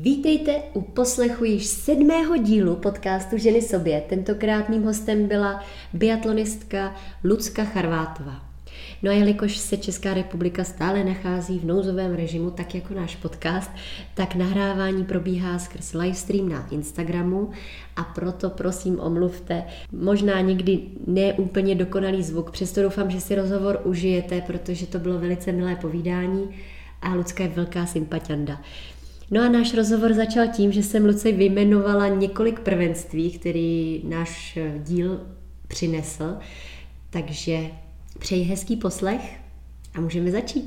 Vítejte u poslechu již 7. dílu podcastu Ženy sobě. Tentokrát mým hostem byla biatlonistka Lucka Charvátová. No a jelikož se Česká republika stále nachází v nouzovém režimu, tak jako náš podcast, tak nahrávání probíhá skrz livestream na Instagramu a proto prosím omluvte. Možná někdy ne úplně dokonalý zvuk, přesto doufám, že si rozhovor užijete, protože to bylo velice milé povídání a Lucka je velká sympatianda. No a náš rozhovor začal tím, že jsem Luce vyjmenovala několik prvenství, který náš díl přinesl. Takže přeji hezký poslech a můžeme začít.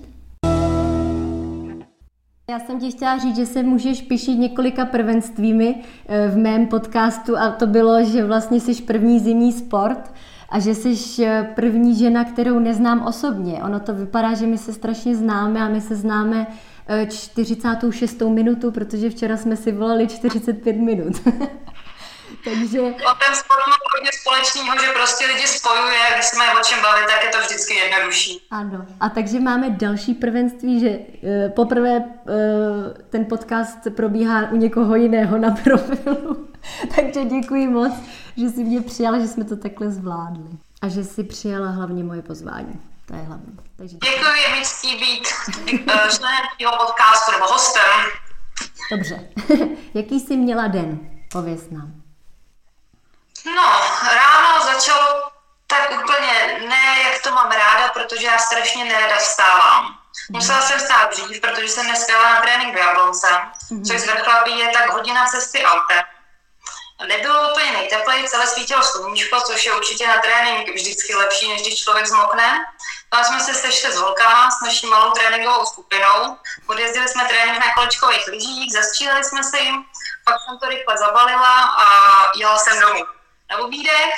Já jsem ti chtěla říct, že se můžeš pyšit několika prvenstvími v mém podcastu a to bylo, že vlastně jsi první zimní sport a že jsi první žena, kterou neznám osobně. Ono to vypadá, že my se strašně známe a my se známe 46. minutu, protože včera jsme si volali 45 minut. Takže... Ten sport má hodně společného, že prostě lidi spojuje, když se mají o čem bavit, tak je to vždycky jednodušší. Ano. A takže máme další prvenství, že poprvé ten podcast probíhá u někoho jiného na profilu. Takže děkuji moc, že jsi mě přijala, že jsme to takhle zvládli. A že jsi přijala hlavně moje pozvání. To je hlavní. Takže děkuji, je mi ctí být členem tvýho podcastu nebo hostem. Dobře. Jaký jsi měla den? Pověz nám. No, ráno začalo tak úplně ne, jak to mám ráda, protože já strašně nerada vstávám. Musela jsem vstát dřív, protože jsem nespěla na trénink v Jablonce, což z Vrchlabí je tak hodina cesty autem. Nebylo úplně nejtepleji, celé svítilo sluníčko, což je určitě na trénink vždycky lepší, než když člověk zmokne. Tam jsme se sešli s holkama, s naší malou tréninkovou skupinou. Odjezdili jsme trénink na kolečkových lyžích, zastříleli jsme se jim, pak jsem to rychle zabalila a jela jsem domů na obídek.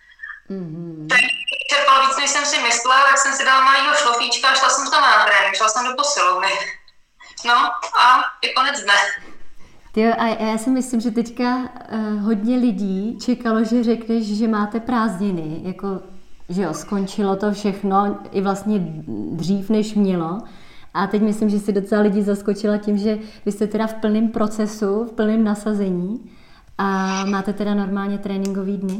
Tak čerpal víc, než jsem si myslela, tak jsem si dala malýho šlofíčka a šla jsem tam na trénink, šla jsem do posilovny. No a je konec dne. Jo, a já si myslím, že teďka hodně lidí čekalo, že řekneš, že máte prázdniny, jako, že jo, skončilo to všechno i vlastně dřív, než mělo. A teď myslím, že si docela lidi zaskočila tím, že vy jste teda v plném procesu, v plném nasazení a máte teda normálně tréninkový dny?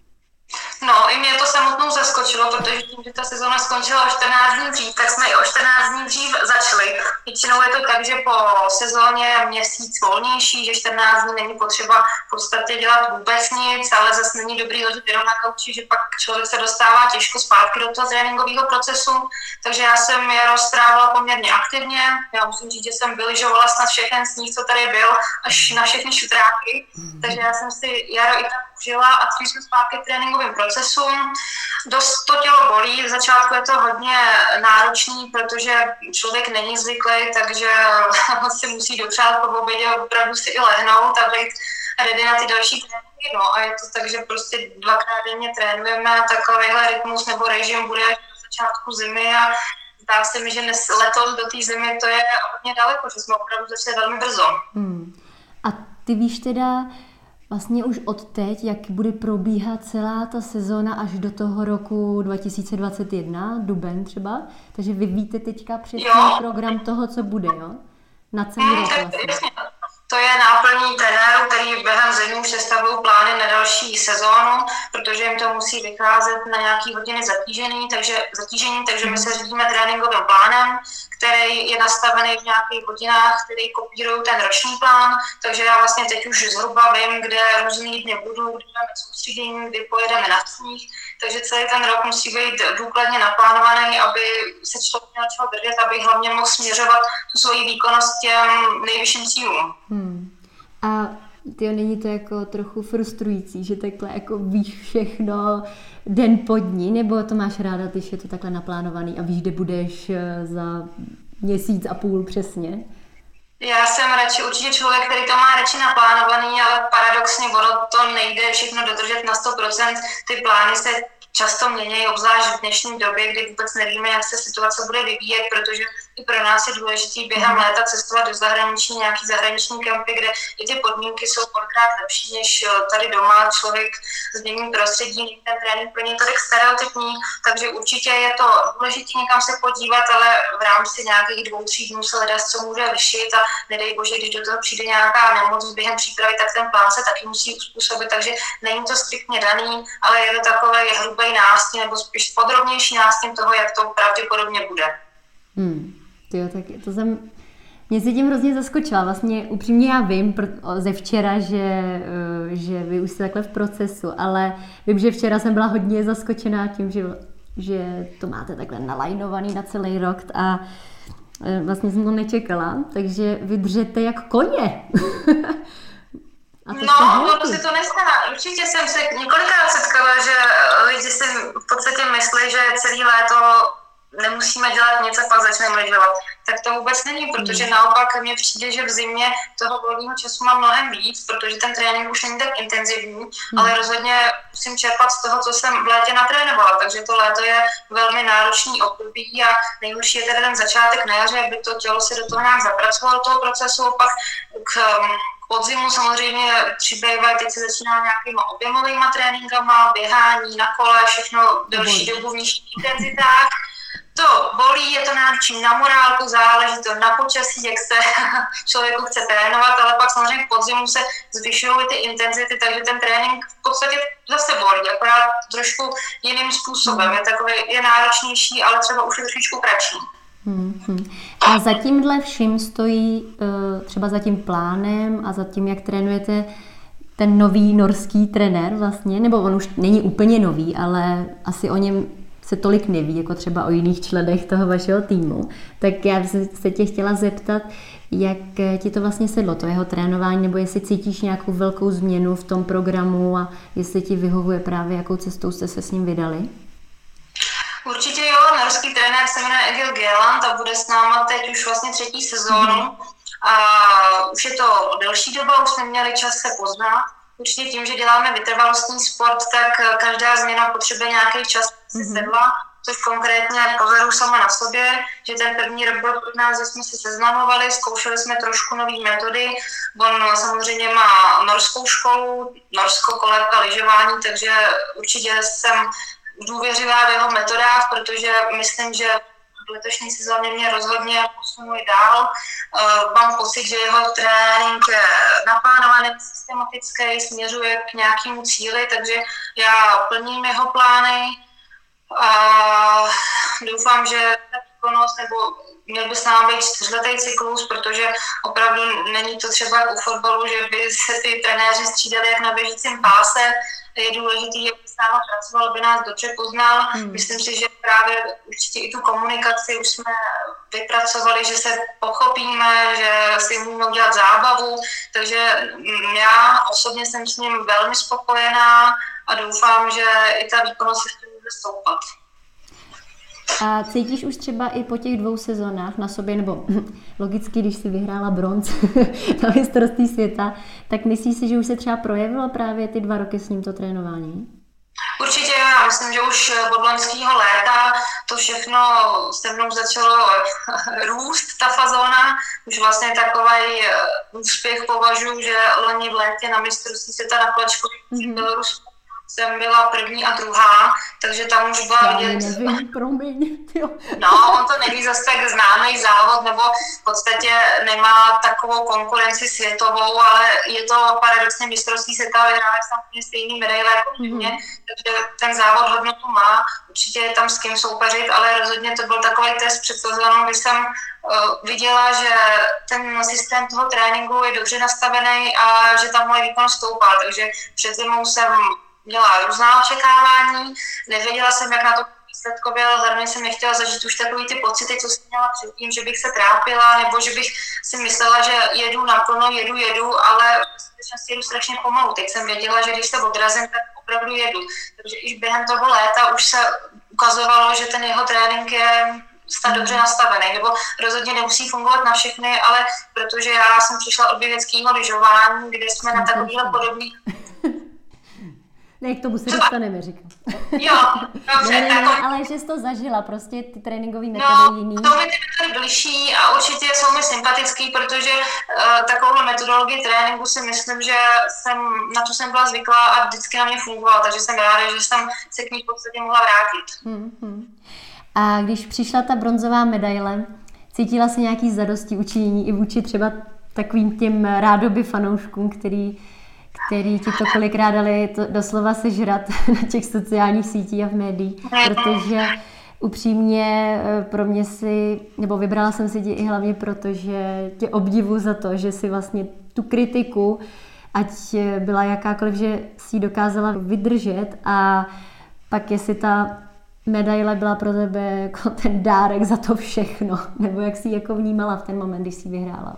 No, i mě to samotnou zaskočilo, protože tím, že ta sezóna skončila o 14 dní dřív, tak jsme i o 14 dní dřív začali. Většinou je to tak, že po sezóně je měsíc volnější, že 14 dní není potřeba v podstatě dělat vůbec nic, ale zase není dobrý ležet jenom na kauči, že pak člověk se dostává těžko zpátky do toho tréninkového procesu. Takže já jsem jaro strávila poměrně aktivně. Já musím říct, že jsem vylyžovala snad všechen sníh, co tady byl, až na všechny šutráky. Takže já jsem si jaro i tak užila a tři jsme zpátky k tréninkovým procesům. Dost to tělo bolí, v začátku je to hodně náročný, protože člověk není zvyklý, takže si musí dopřát po obědě opravdu si i lehnout a být ready na ty další tréninky. No a je to tak, že prostě 2krát denně trénujeme a takovýhle rytmus nebo režim bude až do začátku zimy a zdá se mi, že letos do té zimy to je hodně daleko, že jsme opravdu začali velmi brzo. A ty víš teda vlastně už od teď, jak bude probíhat celá ta sezóna až do toho roku 2021, duben třeba, takže vy víte teďka přesně program toho, co bude, jo? Na celý rok vlastně. To je náplní trenérů, který během zimy už sestavují plány na další sezónu, protože jim to musí vycházet na nějaký hodiny zatížení, takže my se řídíme tréninkovým plánem, který je nastavený v nějakých hodinách, který kopírují ten roční plán, takže já vlastně teď už zhruba vím, kde různý dny budu, kdy máme soustředění, kdy pojedeme na sníh, takže celý ten rok musí být důkladně naplánovaný, aby se člověk měl čeho držet, aby hlavně mohl směřovat tu svoji výkonnost těm nejvyšším cílům. A není to jako trochu frustrující, že takhle jako víš všechno den po dní, nebo to máš ráda, když je to takhle naplánovaný a víš, kde budeš za měsíc a půl přesně? Já jsem radši určitě člověk, který to má radši naplánovaný, ale paradoxně ono to nejde všechno dodržet na 100%. Ty plány se často mění, obzvlášť v dnešní době, kdy vůbec nevíme, jak se situace bude vyvíjet, protože i pro nás je důležitý během léta cestovat do zahraničí, nějaký zahraniční kampy, kde i ty podmínky jsou kolikrát lepší než tady doma. Člověk změní prostředí, ten trénink pro něj tolik stereotypní, takže určitě je to důležité někam se podívat, ale v rámci nějakých 2-3 dnů se hledá, co může vyšit a nedej bože, když do toho přijde nějaká nemoc během přípravy, tak ten plán se taky musí uspůsobit, takže není to striktně daný, ale je to takové hrubý nástin nebo spíš podrobnější nástin toho, jak to pravděpodobně bude. Jo, tak to jsem... Mě se tím hrozně zaskočila. Vlastně upřímně já vím ze včera, že vy už jste takhle v procesu, ale vím, že včera jsem byla hodně zaskočená tím, že to máte takhle nalajnovaný na celý rok a vlastně jsem to nečekala, takže vydržete jak koně. To si to nestane. Určitě jsem se několikrát setkala, že lidi si v podstatě myslí, že celý léto nemusíme dělat nic a pak začneme lyžovat. Tak to vůbec není, protože naopak mně přijde, že v zimě toho volného času mám mnohem víc, protože ten trénink už není tak intenzivní, ale rozhodně musím čerpat z toho, co jsem v létě natrénovala. Takže to léto je velmi náročný období a nejhorší je teda ten začátek na jaře, aby to tělo se do toho nějak zapracovalo toho procesu, pak k podzimu samozřejmě přibývají, teď se začíná nějakýma objemovýma tréninkama, běhání na kole, všechno delší dobu v nižších intenzitách. To bolí, je to náročný na morálku, záleží to na počasí, jak se člověku chce trénovat, ale pak samozřejmě v podzimu se zvyšují ty intenzity, takže ten trénink v podstatě zase bolí, akorát trošku jiným způsobem. Je náročnější, ale třeba už je trošičku kratší. A za tímhle vším stojí třeba za tím plánem a za tím, jak trénujete ten nový norský trenér vlastně, nebo on už není úplně nový, ale asi o něm se tolik neví, jako třeba o jiných členech toho vašeho týmu. Tak já se tě chtěla zeptat, jak ti to vlastně sedlo, to jeho trénování, nebo jestli cítíš nějakou velkou změnu v tom programu a jestli ti vyhovuje právě, jakou cestou jste se s ním vydali? Určitě jo, norský trenér se jmenuje Egil Geland a bude s náma teď už vlastně 3. sezónu. A už je to delší doba, už jsme měli čas se poznat. Určitě tím, že děláme vytrvalostní sport, tak každá změna potřebuje nějaký čas se sedla, což konkrétně pozoruju sama na sobě, že ten první rok byl pro nás, že jsme se seznamovali, zkoušeli jsme trošku nové metody. On samozřejmě má norskou školu, norsko-kolébka lyžování, takže určitě jsem důvěřivá v jeho metodách, protože myslím, že v letošní sezóně mě rozhodně posunuli dál. Mám pocit, že jeho trénink je naplánovaný, systematický, směřuje k nějakému cíli, takže já plním jeho plány a doufám, že ta výkonnost, nebo měl by s námi být 4letý cyklus, protože opravdu není to třeba jako u fotbalu, že by se ty trenéři střídali jak na běžícím páse. Je důležitý, aby s námi pracoval, aby nás dobře poznal. Myslím si, že právě určitě i tu komunikaci už jsme vypracovali, že se pochopíme, že si můžeme udělat zábavu, takže já osobně jsem s ním velmi spokojená a doufám, že i ta výkonnost ještě může stoupat. A cítíš už třeba i po těch 2 sezónách na sobě, nebo logicky, když jsi vyhrála bronz na mistrovství světa, tak myslíš si, že už se třeba projevilo právě ty 2 roky s ním to trénování? Určitě, já myslím, že už od loňského léta to všechno se mnou začalo růst, ta fazóna. Už vlastně takový úspěch považuji, že loni v létě na mistrovství světa na plačkových v Bělorusku jsem byla 1. a 2., takže tam už byla vidět... No, on to není zase tak známý závod, nebo v podstatě nemá takovou konkurenci světovou, ale je to paradoxně mistrovství světa, vyhráli samozřejmě stejný medaile jako mě, takže ten závod hodnotu má, určitě je tam s kým soupeřit, ale rozhodně to byl takový test před sezónou, kdy jsem viděla, že ten systém toho tréninku je dobře nastavený a že tam moje výkon stoupá, takže před zimou jsem měla různá očekávání, nevěděla jsem, jak na to výsledkově, ale hlavně jsem nechtěla zažít už takový ty pocity, co jsem měla předtím, že bych se trápila, nebo že bych si myslela, že jedu naplno, jedu, ale v skutečnosti jedu strašně pomalu. Teď jsem věděla, že když se odrazím, tak opravdu jedu. Takže i během toho léta už se ukazovalo, že ten jeho trénink je snad dobře nastavený, nebo rozhodně nemusí fungovat na všechny, ale protože já jsem přišla od běžeckého lyžování, kde jsme na takovýhle podobný Ne, k tomu se dostaneme, říkám. Jo, dobře. Ne, ale že jsi to zažila, prostě ty tréninkové metody jiný. No, to mi ty metody bližší a určitě jsou mi sympatický, protože takovou metodologii tréninku si myslím, že na to jsem byla zvyklá a vždycky na mě fungovala, takže jsem ráda, že jsem se k ní v podstatě mohla vrátit. A když přišla ta bronzová medaile, cítila jsi nějaký zadosti učinění i vůči třeba takovým těm rádoby fanouškům, který ti to kolikrát dali to doslova sežrat na těch sociálních sítích a v médiích, protože upřímně pro mě vybrala jsem si tě i hlavně proto, že tě obdivuji za to, že si vlastně tu kritiku, ať byla jakákoliv, že si ji dokázala vydržet a pak jestli ta medaile byla pro tebe jako ten dárek za to všechno, nebo jak jsi jako vnímala v ten moment, když jsi vyhrála?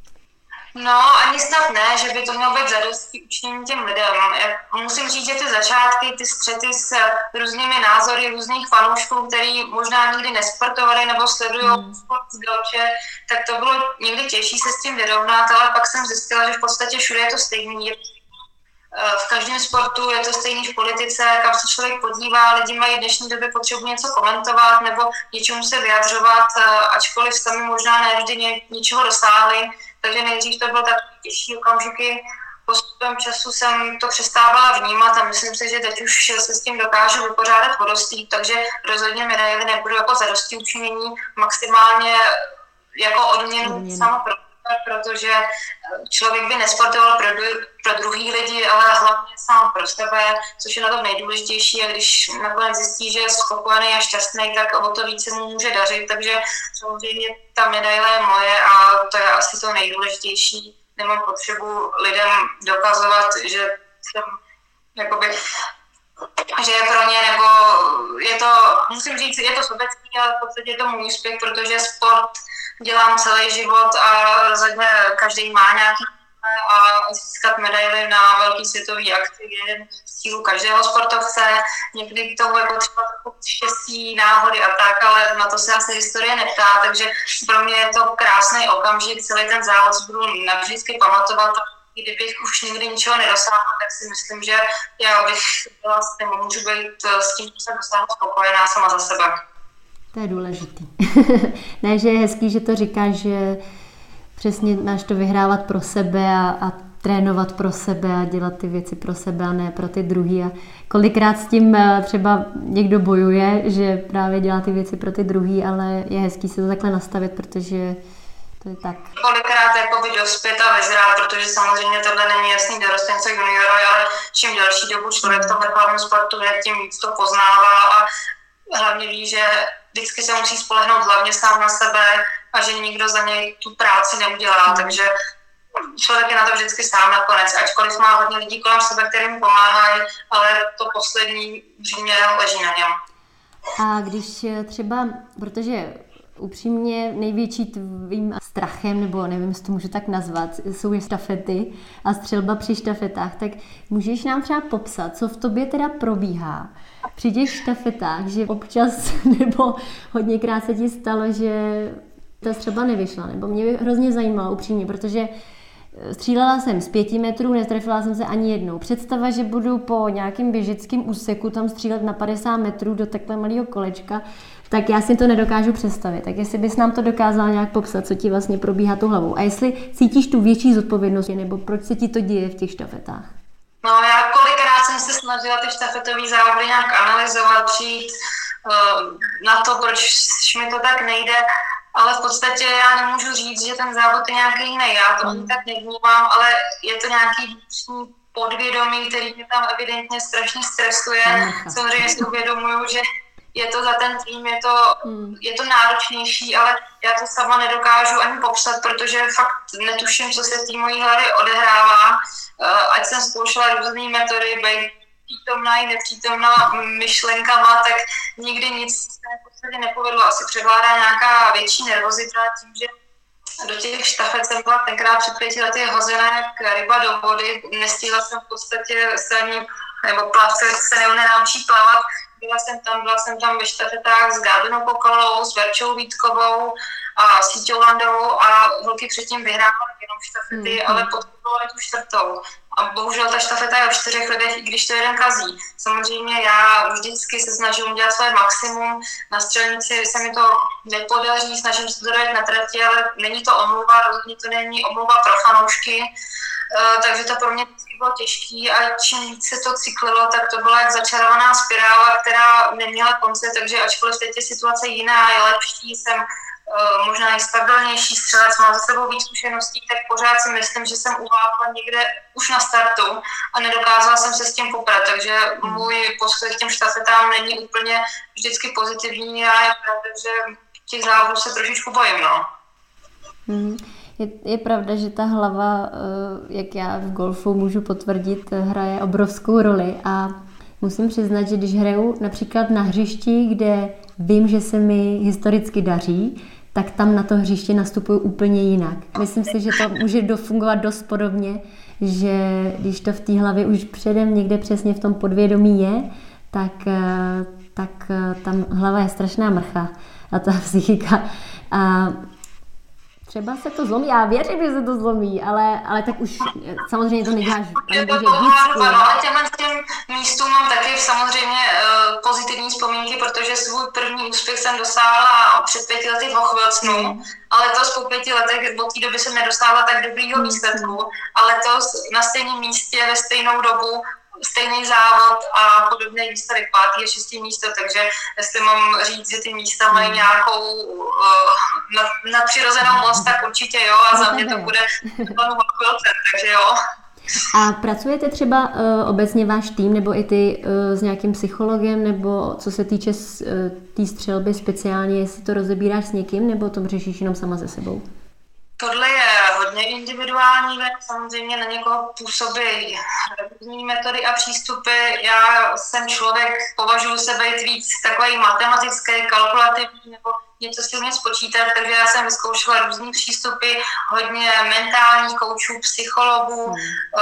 No, ani snad ne, že by to mělo být zadostí učinění těm lidem. Musím říct, že ty začátky, ty střety s různými názory různých fanoušků, který možná nikdy nesportovali nebo sledují sport z gauče, tak to bylo někdy těžší se s tím vyrovnat, ale pak jsem zjistila, že v podstatě všude je to stejný. V každém sportu je to stejný v politice, kam se člověk podívá, lidi mají v dnešní době potřebu něco komentovat nebo něčemu se vyjadřovat, ačkoliv sami možná ne vždy něčeho dosáhli. Takže nejdřív to bylo takový těžší okamžiky. Postupem času jsem to přestávala vnímat a myslím si, že teď už se s tím dokážu vypořádat podostí, takže rozhodně medaily nebudu jako zadosti učinění, maximálně jako odměnu sama pro sebe, protože člověk by nesportoval pro druhý lidi, ale hlavně sám pro sebe, což je na tom nejdůležitější a když nakonec zjistí, že je spokojený a šťastný, tak o to více mu může dařit, takže samozřejmě ta medaile je moje a to je asi to nejdůležitější. Nemám potřebu lidem dokazovat, že jsem jakoby, že je pro ně, nebo je to, musím říct, je to sobecký, ale v podstatě je to můj úspěch, protože sport dělám celý život a rozhodně každý má nějaký a získat medaily na velký světový akci je z cílu každého sportovce. Někdy k tomu jako třeba trochu štěstí, náhody a tak, ale na to se asi historie neptá, takže pro mě je to krásný okamžik, celý ten závod budu navždycky pamatovat. Kdybych už nikdy ničeho nedosáhla, tak si myslím, že já bych byla s tím, můžu být s tím, že jsem dosáhla spokojená sama za sebe. To je důležitý. Ne, že je hezký, že to říkáš, že přesně máš to vyhrávat pro sebe a trénovat pro sebe a dělat ty věci pro sebe a ne pro ty druhý. A kolikrát s tím třeba někdo bojuje, že právě dělá ty věci pro ty druhý, ale je hezký si to takhle nastavit, protože to je tak. Kolikrát jakoby dospět a vyzrát, protože samozřejmě tohle není jasný dorostence juniora, ale čím delší dobu člověk v tom vrcholovém sportu je, tím víc to poznává a hlavně ví, že vždycky se musí spolehnout hlavně sám na sebe a že nikdo za něj tu práci neudělá, takže člověk je na to vždycky sám nakonec, ačkoliv má hodně lidí kolem sebe, kterým mu pomáhají, ale to poslední břímě leží na něm. A když třeba, protože upřímně největší tvým strachem, nebo nevím, jestli to můžu tak nazvat, jsou štafety a střelba při štafetách, tak můžeš nám třeba popsat, co v tobě teda probíhá při těch štafetách, že občas nebo hodněkrát se ti stalo, že ta střelba nevyšla, nebo mě hrozně zajímalo upřímně, protože střílela jsem z 5 metrů, netrefila jsem se ani jednou. Představa, že budu po nějakém běžickém úseku tam střílet na 50 metrů do takhle malého kolečka, tak já si to nedokážu představit. Tak jestli bys nám to dokázala nějak popsat, co ti vlastně probíhá tou hlavou. A jestli cítíš tu větší zodpovědnost, nebo proč se ti to děje v těch štafetách? No, já kolikrát jsem se snažila ty štafetové závody nějak analyzovat, přijít na to, proč mi to tak nejde, ale v podstatě já nemůžu říct, že ten závod je nějaký jiný. Já to ani tak nevnímám, ale je to nějaký vnitřní podvědomí, který mě tam evidentně strašně stresuje. Samozřejmě si uvědomuju, že je to za ten tým, je to náročnější, ale já to sama nedokážu ani popsat, protože fakt netuším, co se v té mojí hlavě odehrává. Ať jsem zkoušela různé metody, být přítomná i nepřítomná myšlenkama, tak nikdy nic se v podstatě nepovedlo. Asi převládá nějaká větší nervozita tím, že do těch štafet jsem byla tenkrát před 5 lety hozená jak ryba do vody. Nestihla jsem v podstatě se ani, nebo plavce se nenaučí plavat. Byla jsem tam ve štafetách s Gábinou Pokalou, s Verčou Vítkovou a Síťou Landovou a holky předtím vyhrávaly jenom štafety, ale podporovali tu čtvrtou. A bohužel ta štafeta je o 4 lidech, i když to jeden kazí. Samozřejmě já vždycky se snažím udělat své maximum. Na střelnici se mi to nepodaří, snažím se to dát na trati, ale není to omluva, rozhodně to není omluva pro fanoušky. Takže to pro mě bylo těžké a čím víc se to cyklilo, tak to byla jak začarovaná spirála, která neměla konce, takže ačkoliv teď je situace jiná, je lepší, jsem možná i stabilnější střelec, mám za sebou víc zkušeností, tak pořád si myslím, že jsem uvápla někde už na startu a nedokázala jsem se s tím poprat, takže můj postoj k těm štafetám není úplně vždycky pozitivní a je pravda, že těch závodů se trošičku bojím, no. Je pravda, že ta hlava, jak já v golfu můžu potvrdit, hraje obrovskou roli a musím přiznat, že když hraju například na hřišti, kde vím, že se mi historicky daří, tak tam na to hřiště nastupuju úplně jinak. Myslím si, že to může fungovat dost podobně, že když to v té hlavě už předem někde přesně v tom podvědomí je, tak tam hlava je strašná mrcha a ta psychika. A třeba se to zlomí, já věřím, že se to zlomí, ale tak už samozřejmě to neděláš. Je to pomáhá, ale těm místům mám taky samozřejmě pozitivní vzpomínky, protože svůj první úspěch jsem dosáhla před 5 lety v Hochfilzenu, ale letos po 5 letech od té doby jsem nedosáhla tak dobrýho výsledku, ale letos na stejném místě ve stejnou dobu stejný závod a podobný výsledek 5. a 6. místo, takže jestli mám říct, že ty místa mají nějakou nadpřirozenou moc, tak určitě jo a za mě to bude takže jo. A pracujete třeba obecně váš tým nebo i ty s nějakým psychologem, nebo co se týče té střelby speciálně, jestli to rozebíráš s někým, nebo to řešíš jenom sama se sebou? Tohle je hodně individuální věc, samozřejmě na někoho působí různé metody a přístupy. Já jsem člověk, považuji se být víc takový matematický, kalkulativní nebo něco si umět spočítat, takže já jsem vyzkoušela různý přístupy, hodně mentálních koučů, psychologů,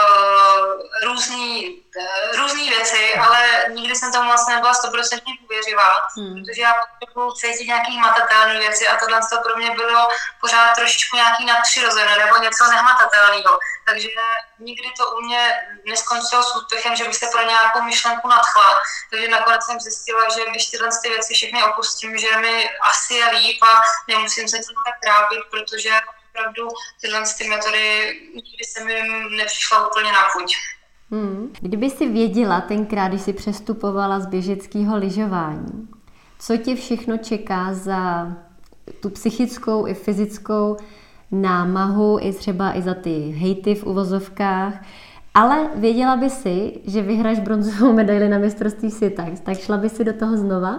různý věci, ale nikdy jsem tomu vlastně nebyla 100% důvěřivá, protože já potřebuji cítit nějaký hmatatelné věci a tohle pro mě bylo pořád trošičku nějaký nadpřirozené nebo něco nehmatatelného. Takže nikdy to u mě neskončilo s úspěchem, že bych se pro nějakou myšlenku nadchla. Takže nakonec jsem zjistila, že když tyhle věci všechny opustím, že mi asi je líp a nemusím se tím tak trápit, protože opravdu tyhle metody nikdy se mi nepřišla úplně na chuť. Kdyby si věděla tenkrát, když jsi přestupovala z běžeckého lyžování, co tě všechno čeká za tu psychickou i fyzickou námahu, i třeba i za ty hejty v uvozovkách, ale věděla by si, že vyhráš bronzovou medaili na mistrovství světa, tak šla by si do toho znova?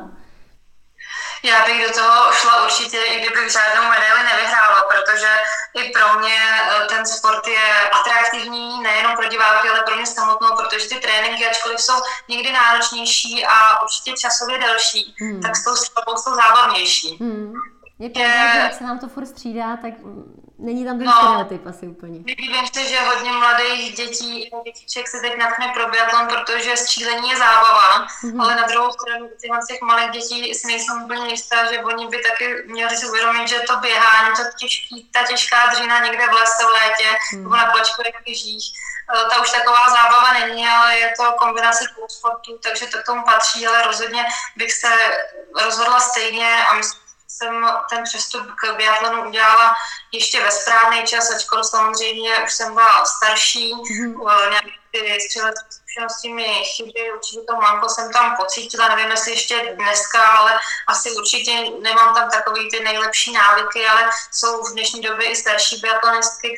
Já bych do toho šla určitě, i kdybych žádnou medaili nevyhrála, protože i pro mě ten sport je atraktivní, nejenom pro diváky, ale pro mě samotnou, protože ty tréninky, ačkoliv jsou někdy náročnější a určitě časově delší, tak s tou střelbou jsou zábavnější. Je pravda, že jak se nám to furt střídá, tak není tam ten stereotyp asi úplně. Vím si, že hodně mladých dětí a dětiček se teď natkne pro biatlon, protože střílení je zábava, ale na druhou stranu těch malých dětí si nejsem úplně jistá, že oni by taky měli si uvědomit, že to běhání, ta těžká dřina někde v lese v létě nebo na plačkových lyžích, ta už taková zábava není, ale je to kombinace dvou sportů, takže to k tomu patří, ale rozhodně bych se rozhodla stejně a myslím, jsem ten přestup k biatlonu udělala ještě ve správný čas, ačkoliv samozřejmě už jsem byla starší, nějaké ty střelecké zkušenosti mi chybí, určitě to manko jsem tam pocítila, nevím jestli ještě dneska, ale asi určitě nemám tam takový ty nejlepší návyky, ale jsou v dnešní době i starší biatlonistky,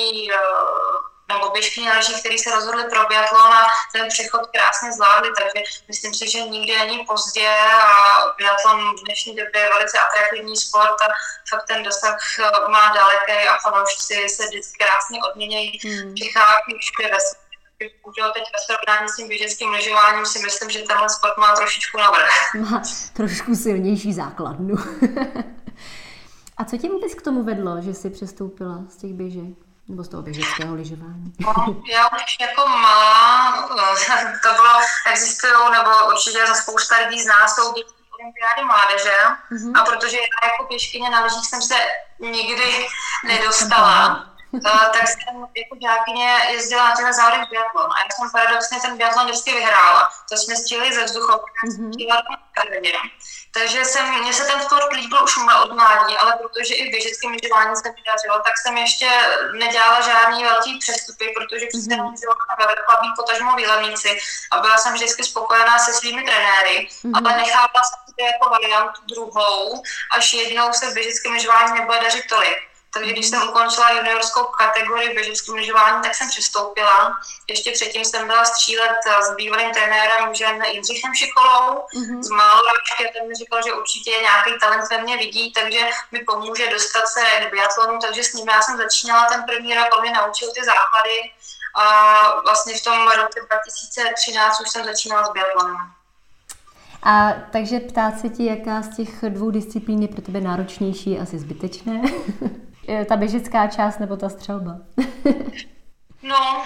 nebo běžkyně na lyžích, který se rozhodli pro biatlon a ten přechod krásně zvládli, takže myslím si, že nikdy není pozdě a biatlon v dnešní době je velice atraktivní sport a fakt ten dosah má daleký a fanoušci se vždycky krásně odměnějí v Čechách i všude ve světě. Teď ve srovnání s tím běžeckým lyžováním si myslím, že tenhle sport má trošičku navrch. Má trošku silnější základnu. A co tě vůbec k tomu vedlo, že jsi přestoupila z těch běžek? Nebo z toho běžeckého lyžování? Já už jako malá, to bylo, existují, nebo určitě spousta lidí z nás jsou dětí olympiády mládeže a protože já jako běžkyně na lyžích jsem se nikdy nedostala, tak jsem jako žákyně jezdila na těchto závodech biatlon. A já jsem paradoxně ten biatlon vždycky vyhrála. To jsme stihli ze vzduchovky, takže mně se ten sport líbil už od mládí, ale protože i v běžeckém lyžování se mi dařilo, tak jsem ještě nedělala žádný velký přestupy, protože přece jenom lyžovala ve Vrchlabí, potažmo v Jilemnici a byla jsem vždycky spokojená se svými trenéry, ale nechápala jsem to jako variantu druhou, až jednou se v běžeckém lyžování nebude dařit tolik. Takže když jsem ukončila juniorskou kategorii v běžeckém lyžování, tak jsem přestoupila. Ještě předtím jsem byla střílet s bývalým trenérem Jindřichem Šikolou z Málorážky a ten mi říkal, že určitě nějaký talent ve mně vidí, takže mi pomůže dostat se k biatlonu, takže s ním já jsem začínala ten první rok, on mě naučil ty základy a vlastně v tom roce 2013 už jsem začínala s biatlonem. A takže ptát se ti, jaká z těch dvou disciplín je pro tebe náročnější, asi zbytečné? Ta běžecká část nebo ta střelba? No,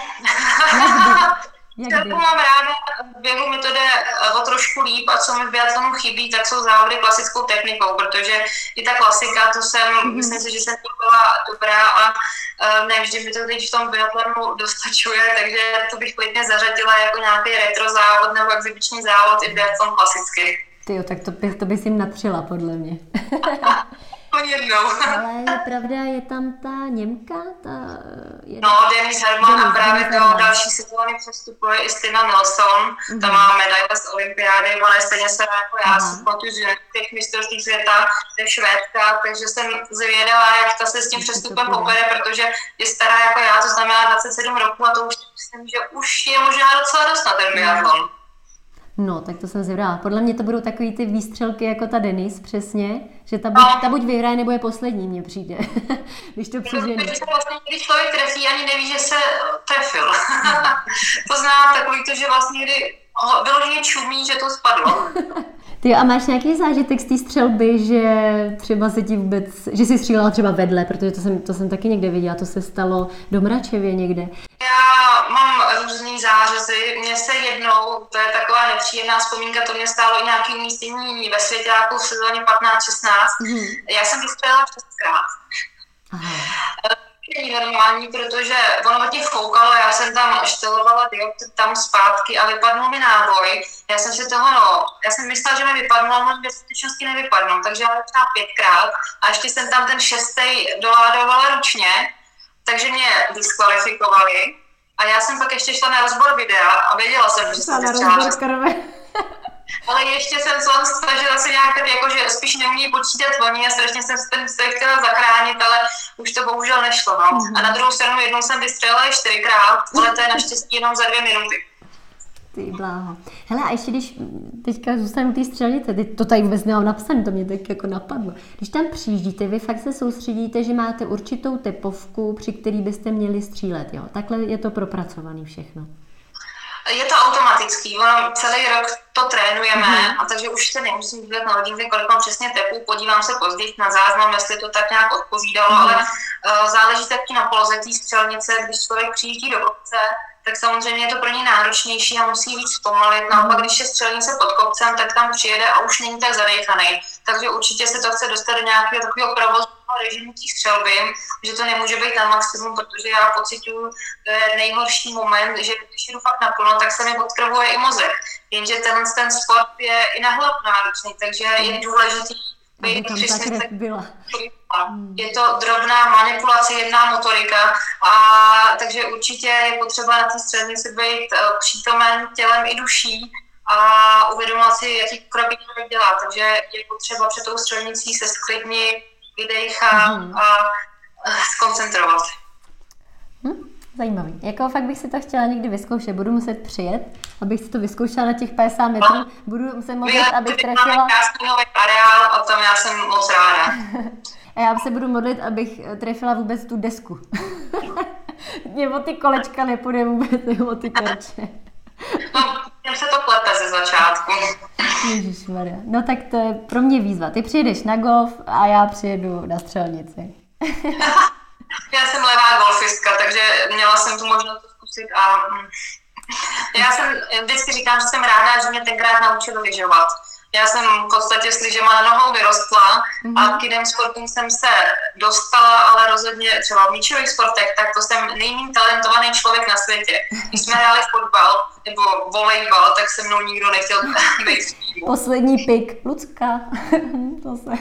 jak mám ráda, v běhu mi to jde o trošku líp a co mi v biatlonu chybí, tak jsou závody klasickou technikou, protože i ta klasika, myslím si, že jsem to byla dobrá a ne vždy mi to teď v tom biatlonu dostačuje, takže to bych klidně zařadila jako nějaký retro závod nebo exibiční závod i biatlon klasický. Tyjo, tak to bys jim natřela podle mě. Jednou. Ale je pravda, je tam ta Němka? Denise Herman a právě do další sezóny přestupuje i Stina Nelson. Ta má medaile z olympiády, ona je stejně se jako já si pamatuju z těch mistrovství světa, to je Švédka, takže jsem zvědala, jak ta se s tím přestupem popere, protože je stará jako já, to znamená 27 roků a to už myslím, že už je možná docela dost na ten biatlon. No, tak to jsem zvědala. Podle mě to budou takový ty výstřelky jako ta Denise, přesně, že ta buď vyhraje, nebo je poslední, mně přijde, když to přežení. Vlastně, když člověk trefí, ani neví, že se trefil. To znamená takový to, že vlastně kdy vyloženě čumí, že to spadlo. Ty a máš nějaký zážitek z té střelby, že třeba se ti vůbec, že jsi střílela třeba vedle, protože to jsem taky někde viděla, to se stalo do Mračevě někde. Já mám různý zářezy, mně se jednou, to je taková nepříjemná vzpomínka, to mě stálo i nějaký umístění ve Svěťáku v sezóně 15-16, já jsem vystřelila 6krát. Není normální, protože ono od těch foukalo, já jsem tam štelovala dioptr tam zpátky a vypadnul mi náboj. Já jsem myslela, že mi vypadnul, ale ve skutečnosti nevypadnul, takže já třeba 5krát a ještě jsem tam ten 6. doládovala ručně, takže mě diskvalifikovali a já jsem pak ještě šla na rozbor videa a věděla jsem, že jsem rozbor. Ale ještě jsem se snažila se nějak tak jako, že spíš neumí počítat oni a strašně jsem ten stroj chtěla zachránit, ale už to bohužel nešlo. No. A na druhou stranu jednou jsem vystřelila 4krát, ale to je naštěstí jenom za 2 minuty. Ty bláho. Hele, a ještě když teďka zůstanu té střelnice, to tady vůbec nemám napsané, to mě tak jako napadlo. Když tam přijíždíte, vy fakt se soustředíte, že máte určitou tepovku, při který byste měli střílet, jo? Takhle je to propracované všechno. Je to automatický, celý rok to trénujeme, a takže už se nemusím dívat na hodinky, kolik mám přesně tepů, podívám se později na záznam, jestli to tak nějak odpovídalo, ale záleží taky na poloze té střelnice, když člověk přijíždí do kopce, tak samozřejmě je to pro něj náročnější a musí víc zpomalit. Naopak, když je střelnice pod kopcem, tak tam přijede a už není tak zadejchaný. Takže určitě se to chce dostat do nějakého takového provozního režimu té střelby, že to nemůže být na maximum, protože já pociťuju nejhorší moment, že když jdu fakt naplno, tak se mi odkrvuje i mozek. Jenže ten sport je i na hlavu náročný, takže je důležitý být přesně tak byla. Je to drobná manipulace, jedná motorika, takže určitě je potřeba na té střelnici být přítomen tělem i duší a uvědomovat si, jaký kroky člověk dělá. Takže je potřeba před tou střelnicí se sklidnit, vydechat a zkoncentrovat. Zajímavý. Jako fakt bych si to chtěla někdy vyzkoušet. Budu muset přijet, abych si to vyzkoušela na těch 50 metrů. Budu se modlit, abych trefila... Máme krásný nový areál a tam já jsem moc ráda. A já se budu modlit, abych trefila vůbec tu desku. Mě o ty kolečka nepůjde vůbec, nebo o ty karče. Těm se to klete ze začátku. Ježišmarja. No tak to je pro mě výzva. Ty přijedeš na golf a já přijedu na střelnici. Já jsem levá golfistka, takže měla jsem tu možnost to zkusit a já jsem vždycky říkám, že jsem ráda, že mě tenkrát naučili lyžovat. Já jsem v podstatě s lyžema na nohou vyrostla a k jiným sportům jsem se dostala, ale rozhodně třeba v míčových sportech, tak to jsem nejméně talentovaný člověk na světě. Když jsme hráli fotbal nebo volejbal, tak se mnou nikdo nechtěl být v týmu. Poslední pik, Lucka. To se...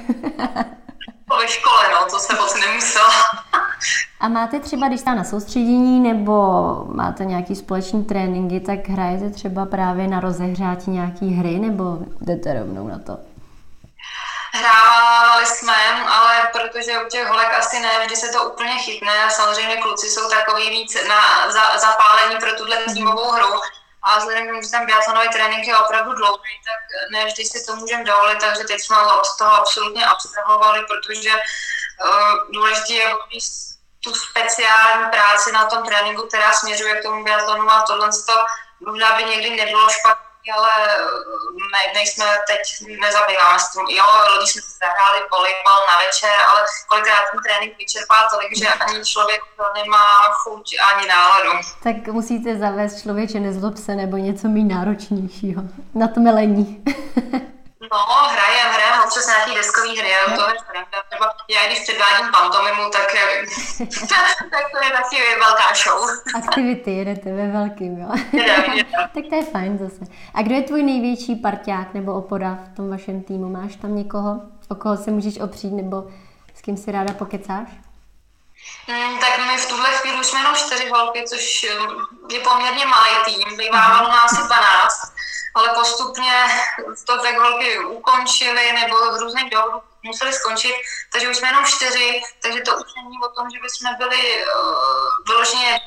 Ve škole, no, to se moc nemusela. A máte třeba, když jste na soustředění nebo máte nějaký společný tréninky, tak hrajete třeba právě na rozehřátí nějaký hry nebo jdete rovnou na to? Hrávali jsme, ale protože u těch holek asi ne, vždy se to úplně chytne a samozřejmě kluci jsou takový víc zapálení pro tuhle týmovou hru. A vzhledem k tomu, že ten biatlonový trénink je opravdu dlouhý, tak ne vždy si to můžeme dovolit, takže teď jsme od toho absolutně abstrahovali, protože důležité je tu speciální práci na tom tréninku, která směřuje k tomu biatlonu a tohle to možná by někdy nebylo špatný, ale nejsme teď, nezabýváme s tím. Jo, lidi jsme si zahráli volejbal na večer, ale kolikrát ten trénink vyčerpá tolik, že ani člověk nemá chuť ani náladu. Tak musíte zavést člověče nezlob se nebo něco méně náročnějšího na tmelení. No, hrajem občas nějaký deskový hry, ale to je třeba já když předvádím pantomimu, tak to je taky velká show. Aktivity jedete ve velkým, jo? Tak to je fajn zase. A kdo je tvůj největší parťák nebo opora v tom vašem týmu? Máš tam někoho, o koho se můžeš opřít nebo s kým si ráda pokecáš? Tak my v tuhle chvíli už jsme jenom 4 holky, což je poměrně malý tým, bývávalo nás asi 12, ale postupně to tak holky ukončily nebo v různých důvodů museli skončit, takže už jsme jenom 4, takže to už není o tom, že bychom byli vyloženě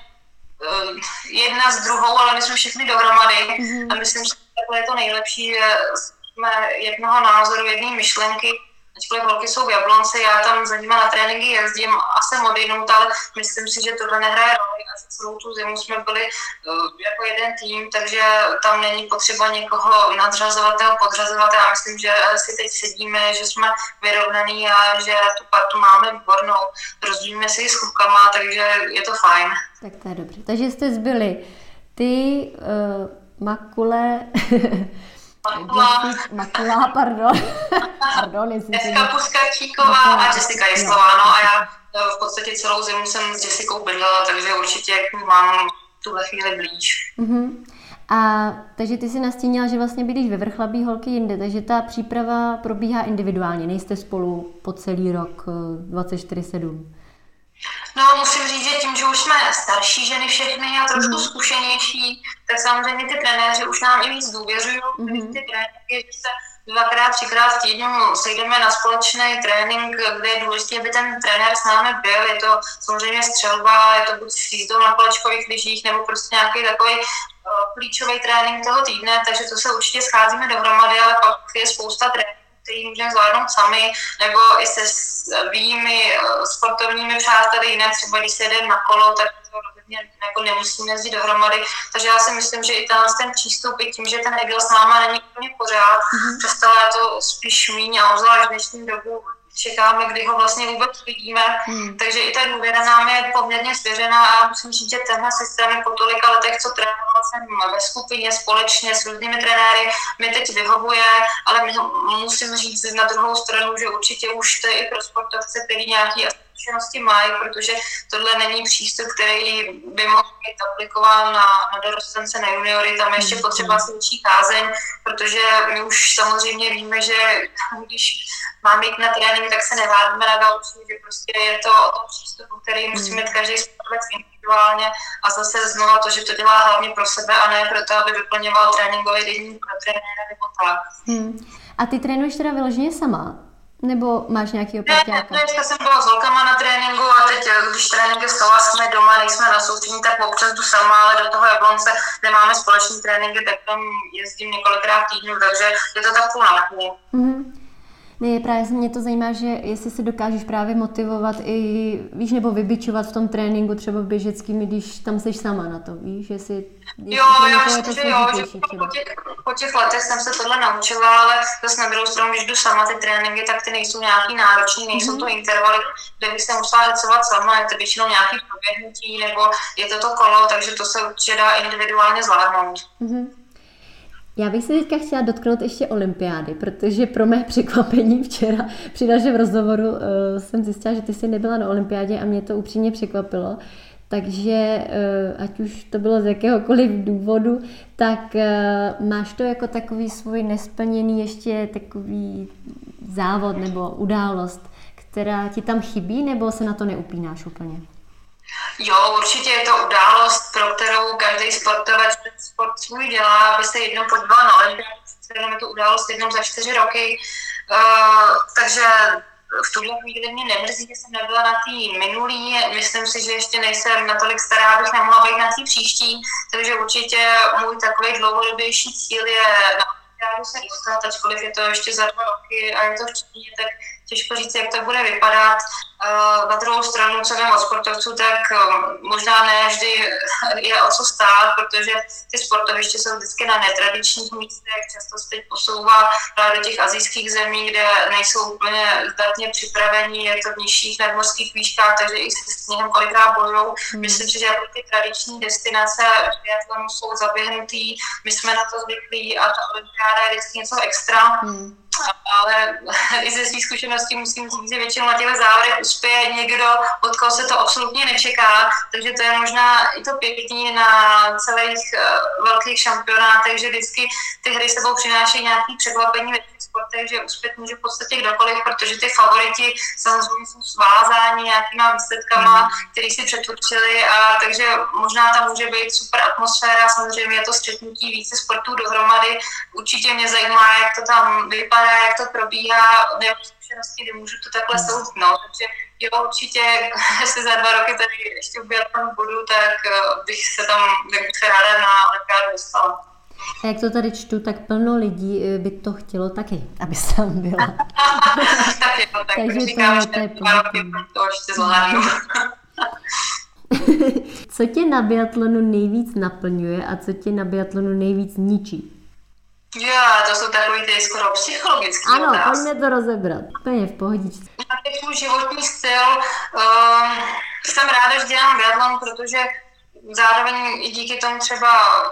jedna s druhou, ale my jsme všechny dohromady a myslím, že takhle je to nejlepší, že jsme jednoho názoru, jedné myšlenky. Ačkoliv holky jsou v Jablonci, já tam za nima na tréninky jezdím a jsem odinut, ale myslím si, že tohle nehraje roli a že celou tu zimu jsme byli jako jeden tým, takže tam není potřeba někoho nadřazovat nebo podřazovat. Já myslím, že si teď sedíme, že jsme vyrovnaný a že tu partu máme výbornou. Rozdílíme si s chlupkama, takže je to fajn. Tak to je dobře. Takže jste zbyli ty, Makule... Makula, pardon, Jessica Puskarčíková a Jessica Jislová, no a já v podstatě celou zimu jsem s Jessicou bydlela, takže určitě mám tuhle chvíli blíž. A takže ty si nastínila, že vlastně bydlíš ve Vrchlabí, holky jinde, takže ta příprava probíhá individuálně, nejste spolu po celý rok 24/7. No, musím říct, že tím, že už jsme starší ženy všechny a trošku zkušenější, tak samozřejmě ty trenéři už nám i víc důvěřují. Ty tréninky, že se 2x, 3x v týdnu sejdeme na společný trénink, kde je důležité, aby ten trenér s námi byl. Je to samozřejmě střelba, je to buď s jízdou na kolečkových lyžích, nebo prostě nějaký takový klíčový trénink toho týdne, takže to se určitě scházíme dohromady, ale pak je spousta tréninků, který můžeme zvládnout sami, nebo i se svými sportovními přáteli, jinak třeba když se jde na kolo, tak to rozhodně jako nemusíme jezdit dohromady. Takže já si myslím, že i ten přístup, i tím, že ten Egel s náma není úplně pořád, přesto je to spíš míň a obzvlášť v dnešní dobu čekáme, kdy ho vlastně vůbec vidíme, takže i ta důvěra nám je poměrně svěřená a musím říct, že tenhle systém je po tolika letech, co trénovala jsem ve skupině společně s různými trenéry, mi teď vyhovuje, ale musím říct na druhou stranu, že určitě už to je i pro sportovce, který nějaký zkušenosti mají, protože tohle není přístup, který by mohl být aplikován na dorostence, na juniory, tam ještě potřeba si větší kázeň, protože my už samozřejmě víme, že když máme jít na trénink, tak se nevádíme na gauči, že prostě je to o tom přístupu, který musí mít každý sportovec individuálně a zase znova to, že to dělá hlavně pro sebe a ne pro to, aby vyplňoval tréninkový deník pro trenéra nebo tak. A ty trénuješ teda vyloženě sama? Nebo máš nějakýho parťáka? Ne, dneska jsem byla s holkama na tréninku a teď, když tréninky jsou a jsme doma, nejsme na soustředění, tak občas jdu sama, ale do toho Jablonce nemáme společný tréninky, tak tam jezdím několikrát týdnu, takže je to tak půl na půl. Ne, právě mě to zajímá, že jestli se dokážeš právě motivovat i, víš, nebo vybičovat v tom tréninku třeba běžeckými, když tam jsi sama na to, víš, jestli jo, že po těch letech jsem se tohle naučila, ale zase na druhou stranu, když jdu sama ty tréninky, tak ty nejsou nějaký náročný, nejsou to intervaly, kde bych se musela hecovat sama, je to většinou nějaký proběhnutí, nebo je to kolo, takže to se určitě dá individuálně zvládnout. Já bych se teďka chtěla dotknout ještě olympiády, protože pro mé překvapení včera při našem rozhovoru jsem zjistila, že ty jsi nebyla na olympiádě a mě to upřímně překvapilo. Takže ať už to bylo z jakéhokoliv důvodu, tak máš to jako takový svůj nesplněný ještě takový závod nebo událost, která ti tam chybí, nebo se na to neupínáš úplně? Jo, určitě je to událost, pro kterou každý sportovec sport svůj dělá, aby se jednou podíval na olympiádu. Je to událost jednou za 4 roky, takže v tuhle chvíli mě nemrzí, že jsem nebyla na té minulý. Myslím si, že ještě nejsem natolik stará, abych nemohla být na té příští, takže určitě můj takový dlouhodobější cíl je na olympiádu se dostat, ačkoliv je to ještě za 2 roky a je to v Číně, tak těžko říct, jak to bude vypadat. Na druhou stranu, co vím od sportovců, tak možná ne vždy je o co stát, protože ty sportoviště jsou vždycky na netradičních místech, často se teď posouvá právě do těch asijských zemí, kde nejsou úplně zdatně připravení, je to v nižších nadmořských výškách, takže i se sněhem kolikrát bojujou. Myslím si, že jako ty tradiční destinace biatlonu jsou zaběhnutý, my jsme na to zvyklí a ta olympiáda je vždycky něco extra. Ale i ze svých zkušeností musím říct, že většinou na těchto závodech uspěje někdo, od koho se to absolutně nečeká, takže to je možná i to pěkný na celých velkých šampionátech, že vždycky ty hry sebou přinášejí nějaké překvapení ve těch sportech, že uspět může v podstatě kdokoliv, protože ty favoriti samozřejmě jsou svázáni nějakýma výsledkama, který si přetvořili, a takže možná tam může být super atmosféra, samozřejmě je to střetnutí více sportů dohromady. Určitě mě zajímá, jak to tam vypadá, jak to probíhá, nebo zkušenosti, kdy můžu to takhle soudit, no. Takže jo, určitě, jestli za 2 roky tady ještě v biatlonu budu, tak bych se ráda na olympiádu dostala. A jak to tady čtu, tak plno lidí by to chtělo taky, aby se tam byla. Tak jo, tak takže říkám, že 2 roky to ještě zvládnu. Co tě na biatlonu nejvíc naplňuje a co tě na biatlonu nejvíc ničí? Jo, to jsou takový ty skoro psychologický otázky. Ano, pojďme to rozebrat. Úplně v pohodičce. Teď můj životní styl. Jsem ráda, že dělám biatlon, protože zároveň i díky tomu třeba,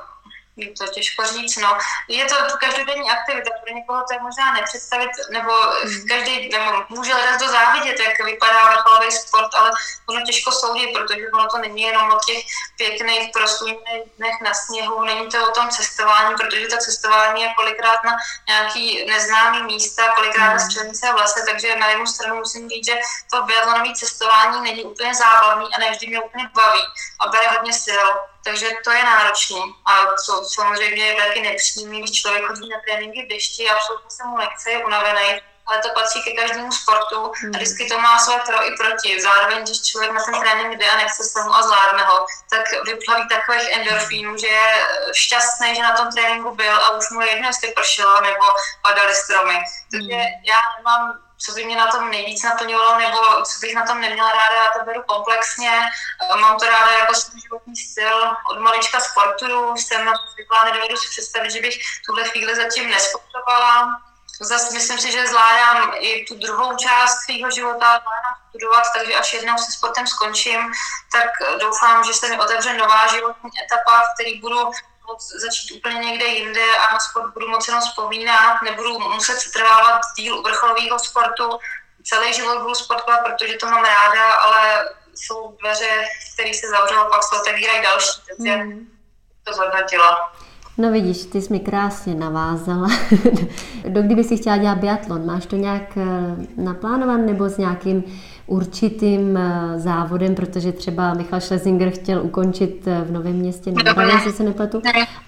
je to těžko říct, no, je to každodenní aktivita, pro někoho to je možná nepředstavit, nebo každý může hledat do závidět, jak vypadá vrcholový sport, ale ono těžko soudit, protože ono to není jenom o těch pěkných prosluněných dnech na sněhu, není to o tom cestování, protože to cestování je kolikrát na nějaký neznámý místa, kolikrát na střelnice a v lese, takže na jednu stranu musím říct, že to biatlonové cestování není úplně zábavný a ne vždy mě úplně baví a bere hodně sil. Takže to je náročný a co samozřejmě je taky nepříjemný, když člověk chodí na tréninky v dešti, absolutně se mu nechce, je unavený, ale to patří ke každému sportu a vždycky to má své pro i proti. Zároveň, když člověk na ten trénink jde a nechce se mu a zvládne ho, tak vyplaví takových endorfínů, že je šťastný, že na tom tréninku byl a už mu je jedno, jestli pršelo nebo padaly stromy. Takže já nemám, co by mě na tom nejvíc naplňovalo, nebo co bych na tom neměla ráda, já to beru komplexně. Mám to ráda jako svůj životní styl, od malička sportuju, jsem na to zvyklá, nedovedu si představit, že bych tuhle chvíli zatím nesportovala. Zase myslím si, že zvládám i tu druhou část svého života, zvládám studovat, takže až jednou se sportem skončím, tak doufám, že se mi otevře nová životní etapa, v který budu začít úplně někde jinde a na sport budu moci jenom vzpomínat, nebudu muset setrvávat díl u vrcholového sportu, celý život budu sportovat, protože to mám ráda, ale jsou dveře, které se zavřou a pak se otevírají další, takže to zhodnotila. No vidíš, ty jsi mi krásně navázala. Dokdy bys si chtěla dělat biatlon? Máš to nějak naplánované nebo s nějakým určitým závodem, protože třeba Michal Schlesinger chtěl ukončit v Novém Městě, jestli se nepletu.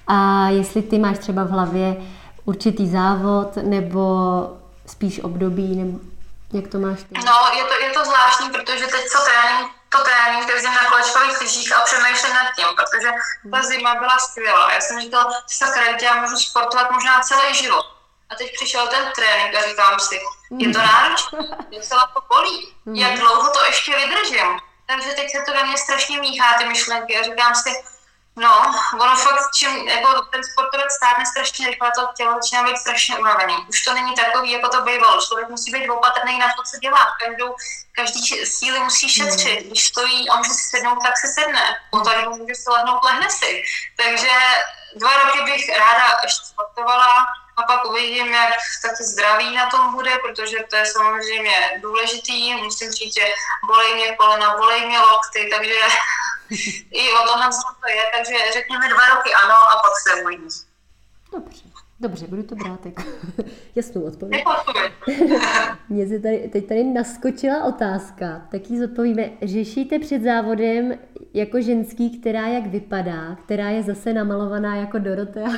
A jestli ty máš třeba v hlavě určitý závod nebo spíš období, nebo jak to máš ty? No, je to zvláštní, protože teď trénink, takže na kolečkových lyžích a přemýšlím nad tím, protože ta zima byla skvělá. Já jsem říkala, sakra, já můžu sportovat možná celý život. A teď přišel ten trénink a říkám si, je to náročné, docela to bolí, jak dlouho to ještě vydržím. Takže teď se to ve mně strašně míchá ty myšlenky a říkám si, No, ono fakt, čím jako ten sportovec stárne strašně rychle, to tělo začíná být strašně unavený. Už to není takový, jako to bývalo. Člověk musí být opatrný na to, co dělá. Každý síly musí šetřit. Když stojí a může si sednout, tak si sedne. Potom může si lehnout, lehne si. Takže 2 roky bych ráda ještě sportovala a pak uvidím, jak taky zdraví na tom bude, protože to je samozřejmě důležitý. Musím říct, že bolej mě kolena, bolej mě lokty, takže i o tohle to je, takže řekněme 2 roky ano a pak se uvidí. Dobře, budu to brát jako jasnou odpověď. Mně se teď tady naskočila otázka, tak ji zodpovíme. Řešíte před závodem jako ženský, která jak vypadá, která je zase namalovaná jako Dorotea?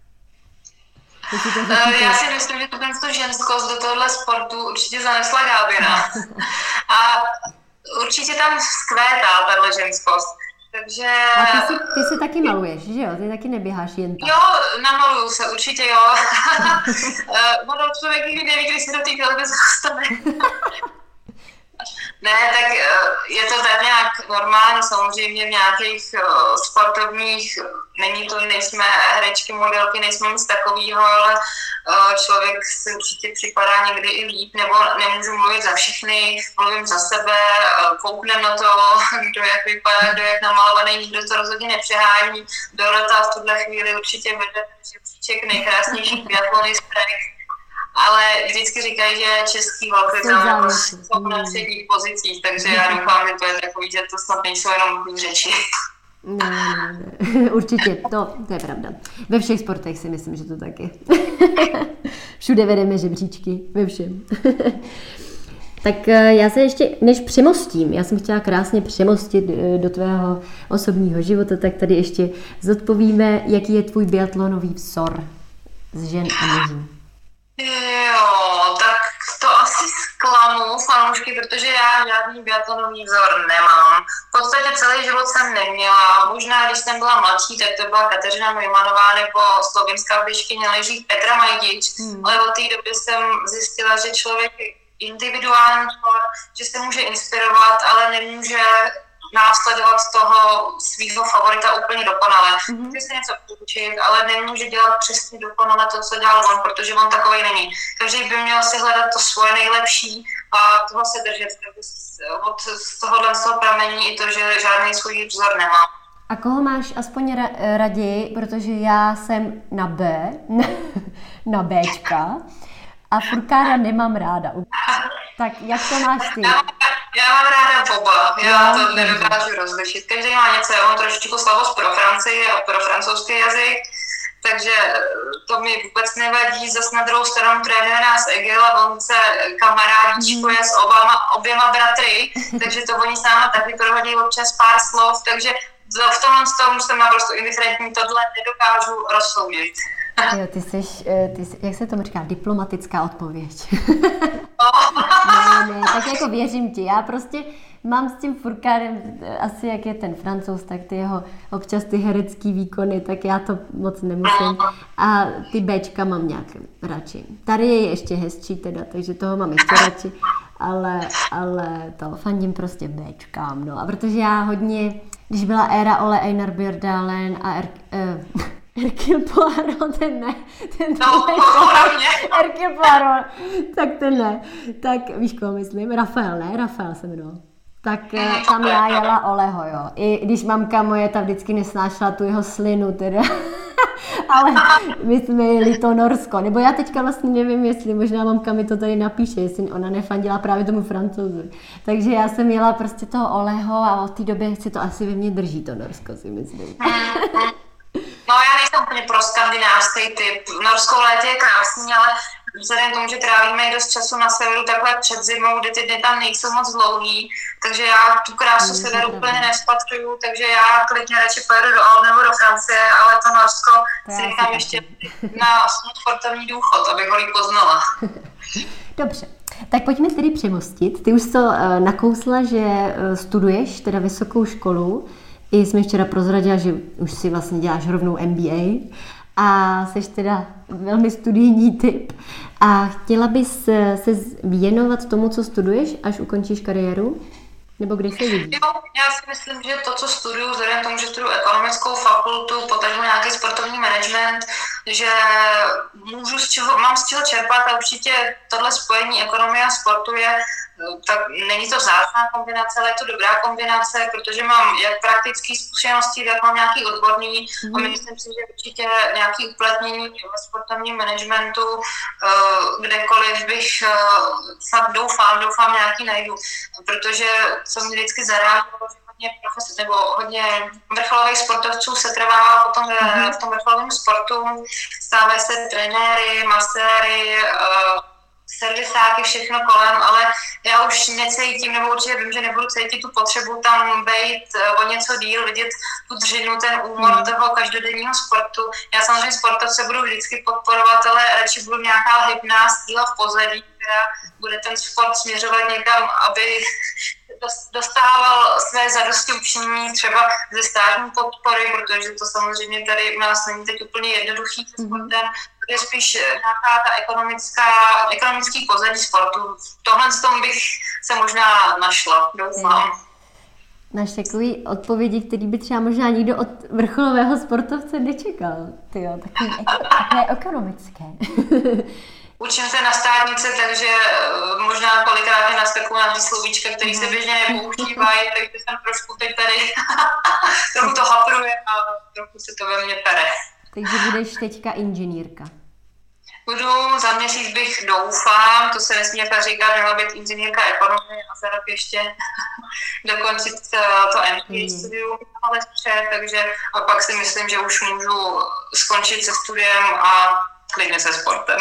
Já si myslím, že tu ženskost do tohohle sportu určitě zanesla Gábina. A určitě tam vzkvétá tahle ženskost. Takže... A ty si taky maluješ, že jo? Ty taky neběháš jen tak. Jo, namaluju se, určitě jo. Ono člověk nikdy neví, když se do té televize dostane. Ne, tak je to tak nějak normálně, samozřejmě v nějakých sportovních, nejsme herečky, modelky, nejsme nic takového, ale člověk si určitě připadá někdy i líp, nebo nemůžu mluvit za všechny, mluvím za sebe, kouknem na to, kdo jak vypadá, kdo jak namalovaný, nikdo to rozhodně nepřehání. Dorota v tuhle chvíli určitě vede příček nejkrásnějších biatlonistek. Ale vždycky říkají, že český holky jsou na předních pozicích, takže já doufám, že to je takový, že to snad nejsou jenom řeči. Ne, určitě, to je pravda. Ve všech sportech si myslím, že to tak je. Všude vedeme žebříčky, ve všem. Tak já se ještě, než přemostím, já jsem chtěla krásně přemostit do tvého osobního života, tak tady ještě zodpovíme, jaký je tvůj biatlonový vzor z žen a mužů. Jo, tak to asi zklamu fanoušky, protože já žádný biatlonový vzor nemám. V podstatě celý život jsem neměla. Možná, když jsem byla mladší, tak to byla Kateřina Neumannová nebo slovinská běžkyně na lyžích Petra Majdič. Ale od té doby jsem zjistila, že člověk je individuální, že se může inspirovat, ale nemůže následovat toho svého favorita úplně dokonale. Může se něco poučit, ale nemůže dělat přesně dokonale to, co dělal on, protože on takovej není. Každý by měl si hledat to svoje nejlepší a toho se držet. Od tohohle z toho pramení i to, že žádný svůj vzor nemám. A koho máš aspoň raději, protože já jsem na B, na Bčka a furkára nemám ráda. Tak jak to máš ty? Já mám ráda oba, já to nedokážu rozlišit. Každý má něco, já mám trošičku slavost pro Francii a pro francouzský jazyk, takže to mi vůbec nevadí. Zase na druhou stranu trénuje nás Egil a on se kamarádíčkuje s oběma bratry, takže to oni s náma taky prohodí občas pár slov, takže v tomhle tomu jsem naprosto indiferentní, tohle nedokážu rozsoudit. Jo, ty jsi, jak se tomu říká, diplomatická odpověď. Ne, tak jako věřím ti, já prostě mám s tím furkárem, asi jak je ten Francouz, tak ty jeho občas ty herecký výkony, tak já to moc nemusím. A ty Bčka mám nějak radši. Tady je ještě hezčí teda, takže toho mám ještě radši, ale to fandím prostě Bčkám, no. A protože já hodně, když byla éra Ole Einar Bjørndalen a Hercule Poirot, ten ne. Hercule Poirot, tak ten ne. Tak víš, koho myslím? Rafael se jmenoval. Tak tam já jela Oleho, jo. I když mamka moje ta vždycky nesnášela tu jeho slinu, teda. Ale my jsme jeli to Norsko. Nebo já teďka vlastně nevím, jestli možná mamka mi to tady napíše, jestli ona nefandila právě tomu Francouzi. Takže já jsem jela prostě toho Oleho a od té doby si to asi ve mně drží to Norsko, si myslím. No já nejsem úplně pro skandinávský typ. Norsko v létě je krásný, ale vzhledem k tomu, že trávíme dost času na severu takhle před zimou, kdy ty dny tam nejsou moc dlouhý, takže já tu krásu severu úplně nespatřuju, takže já klidně radši pojedu do Alp nebo do Francie, ale to Norsko si nechám ještě na sportovní důchod, abych ho líp poznala. Dobře, tak pojďme tedy přemostit. Ty už to nakousla, že studuješ teda vysokou školu. I jsme včera prozradila, že už si vlastně děláš rovnou MBA a jsi teda velmi studijní typ. A chtěla bys se věnovat tomu, co studuješ, až ukončíš kariéru? Nebo kde se vidí? Jo, já si myslím, že to, co studuju, vzhledem tomu, že studuju ekonomickou fakultu, potažmo nějaký sportovní management, že mám z čeho čerpat a určitě tohle spojení ekonomie a sportu tak není to vzácná kombinace, ale je to dobrá kombinace, protože mám jak praktické zkušenosti, tak mám nějaký odborný a myslím si, že určitě nějaké uplatnění ve sportovním managementu, kdekoliv bych snad doufám nějaký najdu, protože co mě vždycky zaráželo, že hodně vrcholových sportovců se trvá potom v tom vrcholovém sportu, stávají se trenéry, maséry, servisáky, všechno kolem, ale já už necítím, nebo určitě vím, že nebudu cítit tu potřebu tam být o něco díl, vidět tu dřinu, ten úmor toho každodenního sportu. Já samozřejmě sportovce budu vždycky podporovat, ale radši budu nějaká hybná síla v pozadí, která bude ten sport směřovat někam, aby dostával své zadosti učinění třeba ze státní podpory, protože to samozřejmě tady u nás není teď úplně jednoduchý se sportem, je spíš nějaká ta ekonomický pozadí sportu. Tohle z tom bych se možná našla, doufám. Máš takový odpovědi, který by třeba možná nikdo od vrcholového sportovce nečekal. Tyjo, takové ekonomické. Učím se na státnice, takže možná kolikrát mi naskakují na slovíčka, které se běžně nepoužívají, takže jsem trošku teď tady trochu to hapruje a trochu se to ve mně pere. Takže budeš teďka inženýrka. Za měsíc bych doufám, to se nesmí jak říkat, měla být inženýrka ekonomie a za rok ještě dokončit to MBA studium, ale takže a pak si myslím, že už můžu skončit se studiem a klidně se sportem.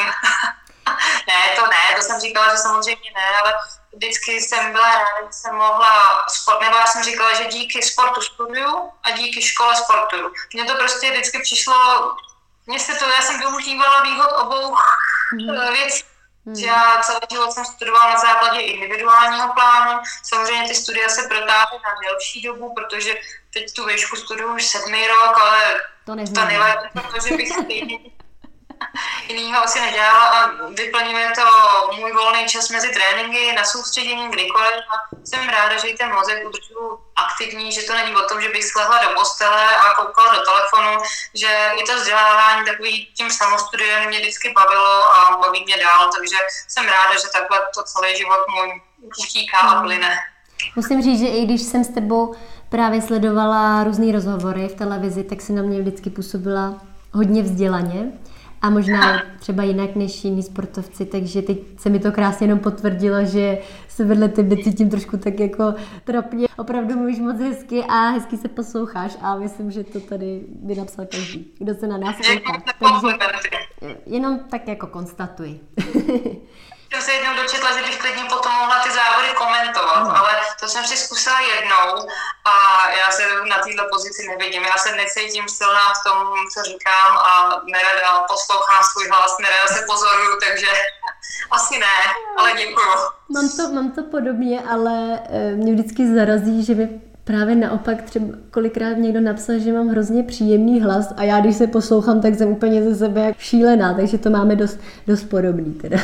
Ne, to jsem říkala, že samozřejmě ne, ale vždycky jsem byla ráda, že jsem mohla nebo já jsem říkala, že díky sportu studuju a díky škole sportuju. Mně to prostě vždycky přišlo, já jsem využívala výhod obou věcí. Já celý život jsem studovala na základě individuálního plánu. Samozřejmě ty studia se protáhly na delší dobu, protože teď tu výšku studuju už 7. rok, ale to nevadí, protože bych jinýho asi nedělala a vyplňuje to můj volný čas mezi tréninky, na soustředění, kdykoliv a jsem ráda, že i ten mozek udržuju aktivní, že to není o tom, že bych slehla do postele a koukala do telefonu, že i to vzdělávání takový tím samostudiem mě vždycky bavilo a baví mě dál, takže jsem ráda, že takhle to celý život můj utíká a plyne. Musím říct, že i když jsem s tebou právě sledovala různý rozhovory v televizi, tak si na mě vždycky působila hodně vzdělaně. A možná třeba jinak než jiní sportovci, takže teď se mi to krásně jenom potvrdilo, že se vedle tebe cítím trošku tak jako trapně. Opravdu mluvíš moc hezky a hezky se posloucháš a myslím, že to tady by napsal každý, kdo se na nás kouká. Takže jenom tak jako konstatuji. Jsem se jednou dočetla, že bych klidně potom mohla ty závody komentovat, ale to jsem si zkusila jednou a já se na této pozici nevidím. Já se necítím silná v tom, co říkám a nerada poslouchám svůj hlas, nerada se pozoruju, takže asi ne, ale děkuju. Mám to podobně, ale mě vždycky zarazí, že mi právě naopak třeba kolikrát někdo napsal, že mám hrozně příjemný hlas a já když se poslouchám, tak jsem úplně ze sebe jak šílená, takže to máme dost podobný teda.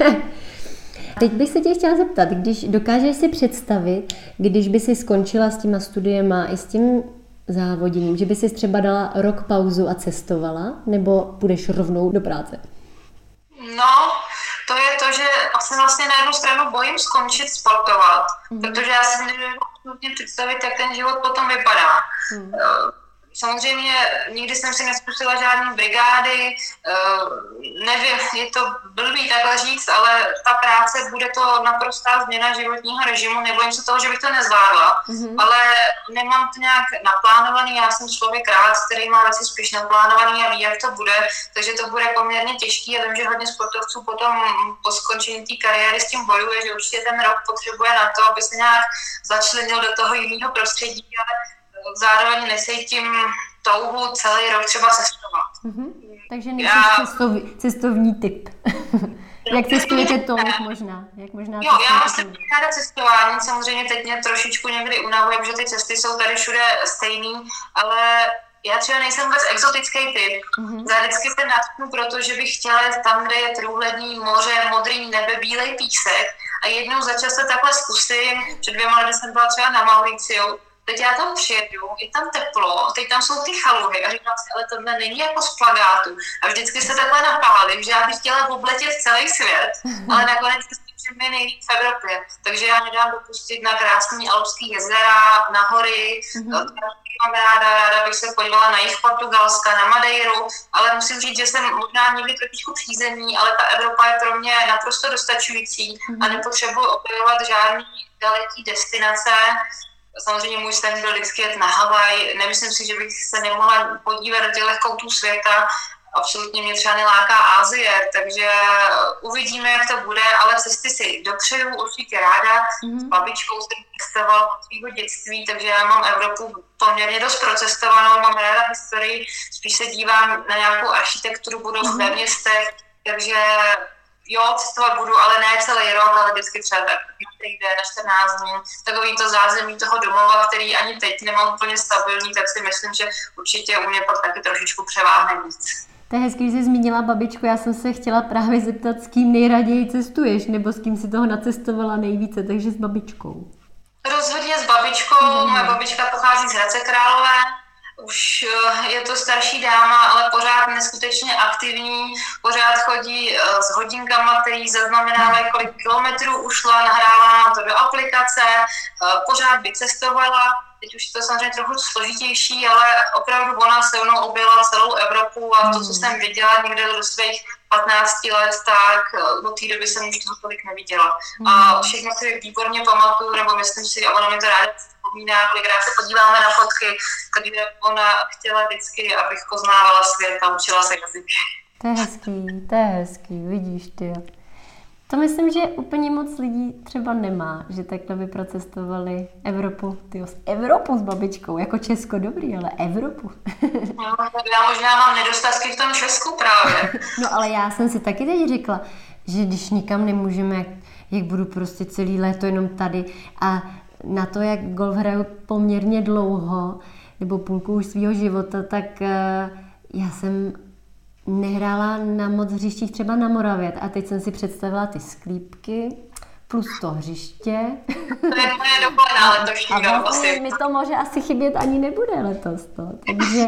Teď bych se tě chtěla zeptat, když dokážeš si představit, když by si skončila s těma studiema i s tím závoděním, že by si třeba dala rok pauzu a cestovala, nebo půjdeš rovnou do práce? No, to je to, že se vlastně na jednu stranu bojím skončit sportovat, protože já si nemůžu představit, jak ten život potom vypadá. Samozřejmě nikdy jsem si nezkusila žádné brigády, nevím, je to blbý takhle říct, ale ta práce bude to naprostá změna životního režimu, nebojím se toho, že bych to nezvládla, ale nemám to nějak naplánovaný, já jsem člověk rád, který má věci spíš naplánovaný a ví, jak to bude, takže to bude poměrně těžký a vím, že hodně sportovců potom po skončení té kariéry s tím bojuje, že určitě ten rok potřebuje na to, aby se nějak začlenil do toho jiného prostředí, ale zároveň nesejtím touhu celý rok třeba cestovat. Takže nejsi cestovní typ. Jak cestujete tolik možná? Jo, já mám ráda cestování, samozřejmě teď mě trošičku někdy unavuje, protože ty cesty jsou tady všude stejný, ale já třeba nejsem vůbec exotický typ. Já vždycky se nadchnu, protože bych chtěla tam, kde je trůhlední moře, modrý nebe, bílej písek a jednou za čas to takhle zkusím. Před 2 lety jsem byla třeba na Mauriciu, teď já tam přijedu, je tam teplo, teď tam jsou ty chaluhy a říkám si, ale tohle není jako z plagátu. A vždycky se takhle napálím, že já bych chtěla obletět celý svět, ale nakonec že mi nejvíc v Evropě. Takže já nedám dopustit na krásný alpský jezera, na hory, mám ráda bych se podívala na jih Portugalska, na Madeiru, ale musím říct, že jsem možná někdy trošičku přízemní, ale ta Evropa je pro mě naprosto dostačující a nepotřebuji objevovat žádný daleký destinace. Samozřejmě můj sen byl vždycky jet na Havaj, nemyslím si, že bych se nemohla podívat do těch koutů světa, absolutně mě třeba neláká Asie, takže uvidíme, jak to bude, ale cesty si dopřeju určitě ráda. S babičkou jsem cestovala od svého dětství, takže já mám Evropu poměrně dost procestovanou, mám ráda historii, spíš se dívám na nějakou architekturu budov ve městech, takže jo, cestovat budu, ale ne celý rok, ale vždycky třeba tak na týden, na 14 dní. Takový to zázemí toho domova, který ani teď nemám úplně stabilní, tak si myslím, že určitě u mě pak taky trošičku převáhne víc. To je hezký, že jsi zmínila babičku, já jsem se chtěla právě zeptat, s kým nejraději cestuješ, nebo s kým si toho nacestovala nejvíce, takže s babičkou. Rozhodně s babičkou, moje babička pochází z Hradce Králové, už je to starší dáma, ale pořád neskutečně aktivní, pořád chodí s hodinkama, který zaznamenávají, kolik kilometrů ušla, nahrává nám to do aplikace, pořád by cestovala. Teď už je to samozřejmě trochu složitější, ale opravdu ona se mnou objela celou Evropu a to, co jsem viděla někde do svých 15 let, tak od té doby jsem už toho tolik neviděla. A všechno si výborně pamatuju, nebo myslím si, a ona mi to ráda vzpomíná, kolikrát se podíváme na fotky, kdy ona chtěla vždycky, abych poznávala svět a učila se jazyky. To je hezký, vidíš ty. To myslím, že úplně moc lidí třeba nemá, že takhle by procestovali Evropu. Evropu s babičkou, jako Česko dobrý, ale Evropu. No, já možná mám nedostatky v tom Česku právě. No ale já jsem si taky teď řekla, že když nikam nemůžeme, jak budu prostě celý léto jenom tady a na to, jak golf hraju poměrně dlouho, nebo půlku už svýho života, tak já jsem nehrála na moc hřištích třeba na Moravě a teď jsem si představila ty sklípky plus to hřiště. To je moje dovolená letošní rok asi. Mi to može asi chybět ani nebude letos to. Takže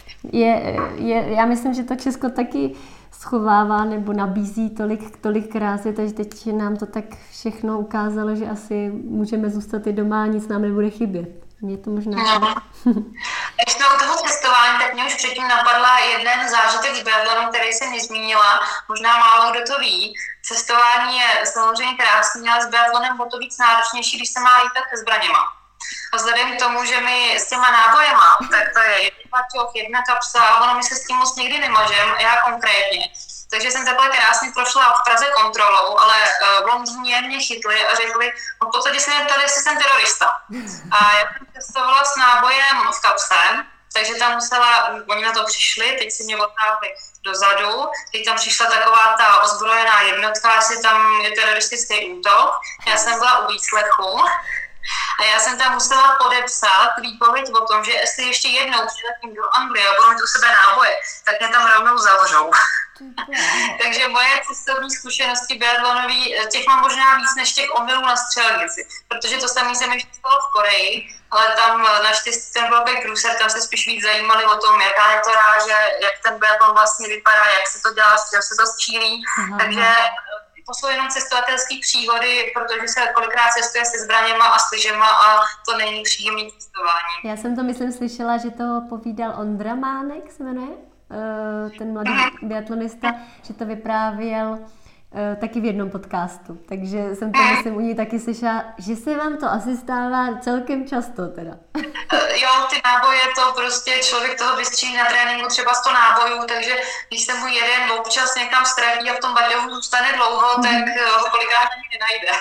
já myslím, že to Česko taky schovává nebo nabízí tolik krásy, takže teď nám to tak všechno ukázalo, že asi můžeme zůstat i doma a nic nám nebude chybět. Mě to možná... Když jsme u toho cestování, tak mě už předtím napadla jeden zážitek z biatlonu, který jsem nezmínila. Možná málo kdo to ví. Cestování je samozřejmě krásný, ale s biatlonem bylo to víc náročnější, když se má lítat se zbraněma. A vzhledem k tomu, že my s těma nábojema, tak to je jedna kapsa a ono my se s tím moc nikdy nemažem, já konkrétně. Takže jsem takhle krásně prošla v Praze kontrolou, ale v Londýně mě chytli a řekli, no v podstatě se mě ptali, jestli jsem terorista. A já jsem cestovala s nábojem v kapse, takže tam oni na to přišli, teď si mě odtáhli dozadu, teď tam přišla taková ta ozbrojená jednotka, jestli tam je teroristický útok. Já jsem byla u výslechu. A já jsem tam musela podepsat výpověď o tom, že jestli ještě jednou přiletím do Anglie a budu mít u sebe náboje, tak mě tam rovnou zavřou. Takže moje cestovní zkušenosti biatlonový, těch mám možná víc než těch omylů na střelnici, protože to samé se mi stalo v Koreji, ale tam naštěstí ten velký cruiser, tam se spíš víc zajímali o tom, jaká je to ráže, jak ten biatlon vlastně vypadá, jak se to dělá, jak se to střílí, takže to jsou jenom cestovatelské příhody, protože se kolikrát cestuje se zbraněma a s lyžema a to není příjemné cestování. Já jsem to, myslím, slyšela, že to povídal Ondra Mánek, se jmenuje, ten mladý biatlonista, že to vyprávěl taky v jednom podcastu. Takže jsem to, myslím, u ní taky slyšela, že se vám to asi stává celkem často teda. Jo, ty náboje, to prostě člověk toho vystřílí na tréninku třeba 100 nábojů, takže když se mu jeden občas někam ztratí a v tom baťohu zůstane dlouho, tak ho kolikrát ani nenajde.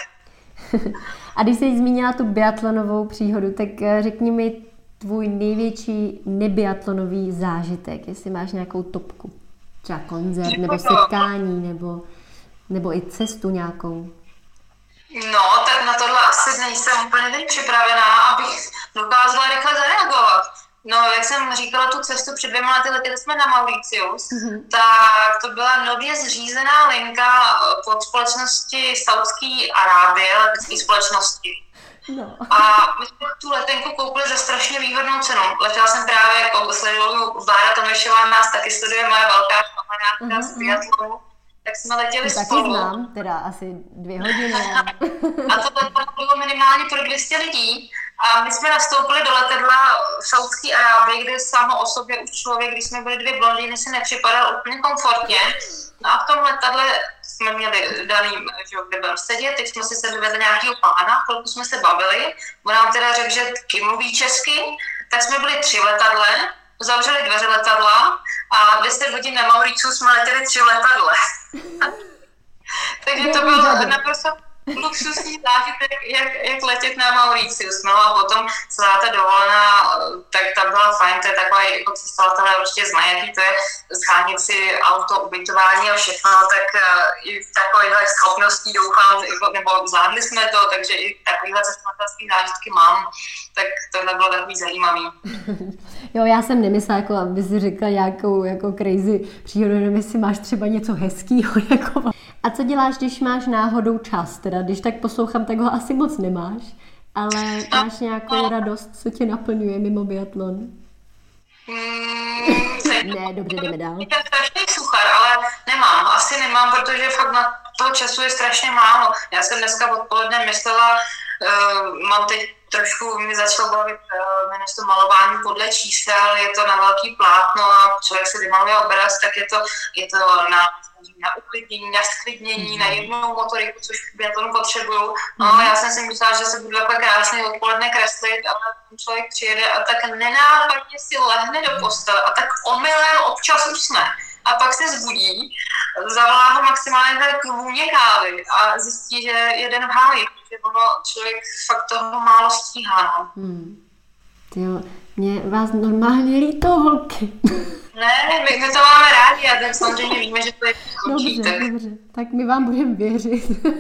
A když jsi zmínila tu biatlonovou příhodu, tak řekni mi tvůj největší nebiatlonový zážitek, jestli máš nějakou topku. Třeba koncert, nebo setkání, nebo i cestu nějakou. No, tak na tohle asi nejsem úplně teď připravená, abych dokázala rychle zareagovat. No, jak jsem říkala tu cestu před 2 lety, letěli jsme na Mauritius, tak to byla nově zřízená linka pod společnosti Saudské Arábie, letecké společnosti. No. A my jsme tu letenku koupili za strašně výhodnou cenu. Letěla jsem právě jako sleduju, Bára Tomešová nás taky studuje, moje velká kamarádka z biatlonu, tak jsme letěli spolu. Taky znám, teda asi 2 hodiny. A to bylo minimálně pro 200 lidí. A my jsme nastoupili do letadla v Saudské Arábii, kde samo o sobě už člověk, když jsme byli 2 blondýny, si nepřipadal úplně komfortně. No a v tom letadle jsme měli daný, že kde byl sedět, teď jsme si sedli vedle nějakého pána, chvilku jsme se bavili, on nám teda řekl, že taky mluví česky, tak jsme byli 3 v letadle, zavřeli dveře letadla a 10 hodin na Mauritiu jsme letěli 3 v letadle. Takže to bylo naprosto luxusní zážitek, jak letět na Mauritius, no a potom celá ta dovolená, tak ta byla fajn, to je taková, jako cestovatelé prostě znají, jaký to je schánět si auto, ubytování a všechno, tak i v takovýchhle schopností doufám, nebo zvládli jsme to, takže i takovýhle cestovatelský zážitky mám, tak tohle bylo takový zajímavý. Jo, já jsem nemyslela, jako aby si řekla nějakou jako crazy příhodu, nevím, jestli máš třeba něco hezkýho, jako. A co děláš, když máš náhodou čas? Teda, když tak poslouchám, tak ho asi moc nemáš, ale máš nějakou radost, co tě naplňuje mimo biatlon? Ne, dobře, jdeme dál. Je strašný suchar, ale asi nemám, protože fakt na toho času je strašně málo. Já jsem dneska odpoledne myslela, mám teď trošku, mi začalo bavit to malování podle čísel, je to na velký plátno a člověk se vymaluje obraz, tak je to na uklidnění, na sklidnění, na jednou motoriku, což v biatlonu potřebuju. No, já jsem si myslela, že se budu takhle krásně odpoledne kreslit, ale člověk přijede a tak nenápadně si lehne do postele a tak omylem občas usne. A pak se zbudí, zavolá ho maximálně tak vůně kávy a zjistí, že je den v háji, protože ono člověk fakt toho málo stíhá. Jo, mě vás normálně líto, holky. Ne, my to máme rádi a tak samozřejmě víme, že to je končí. Dobře, tak my vám budeme věřit.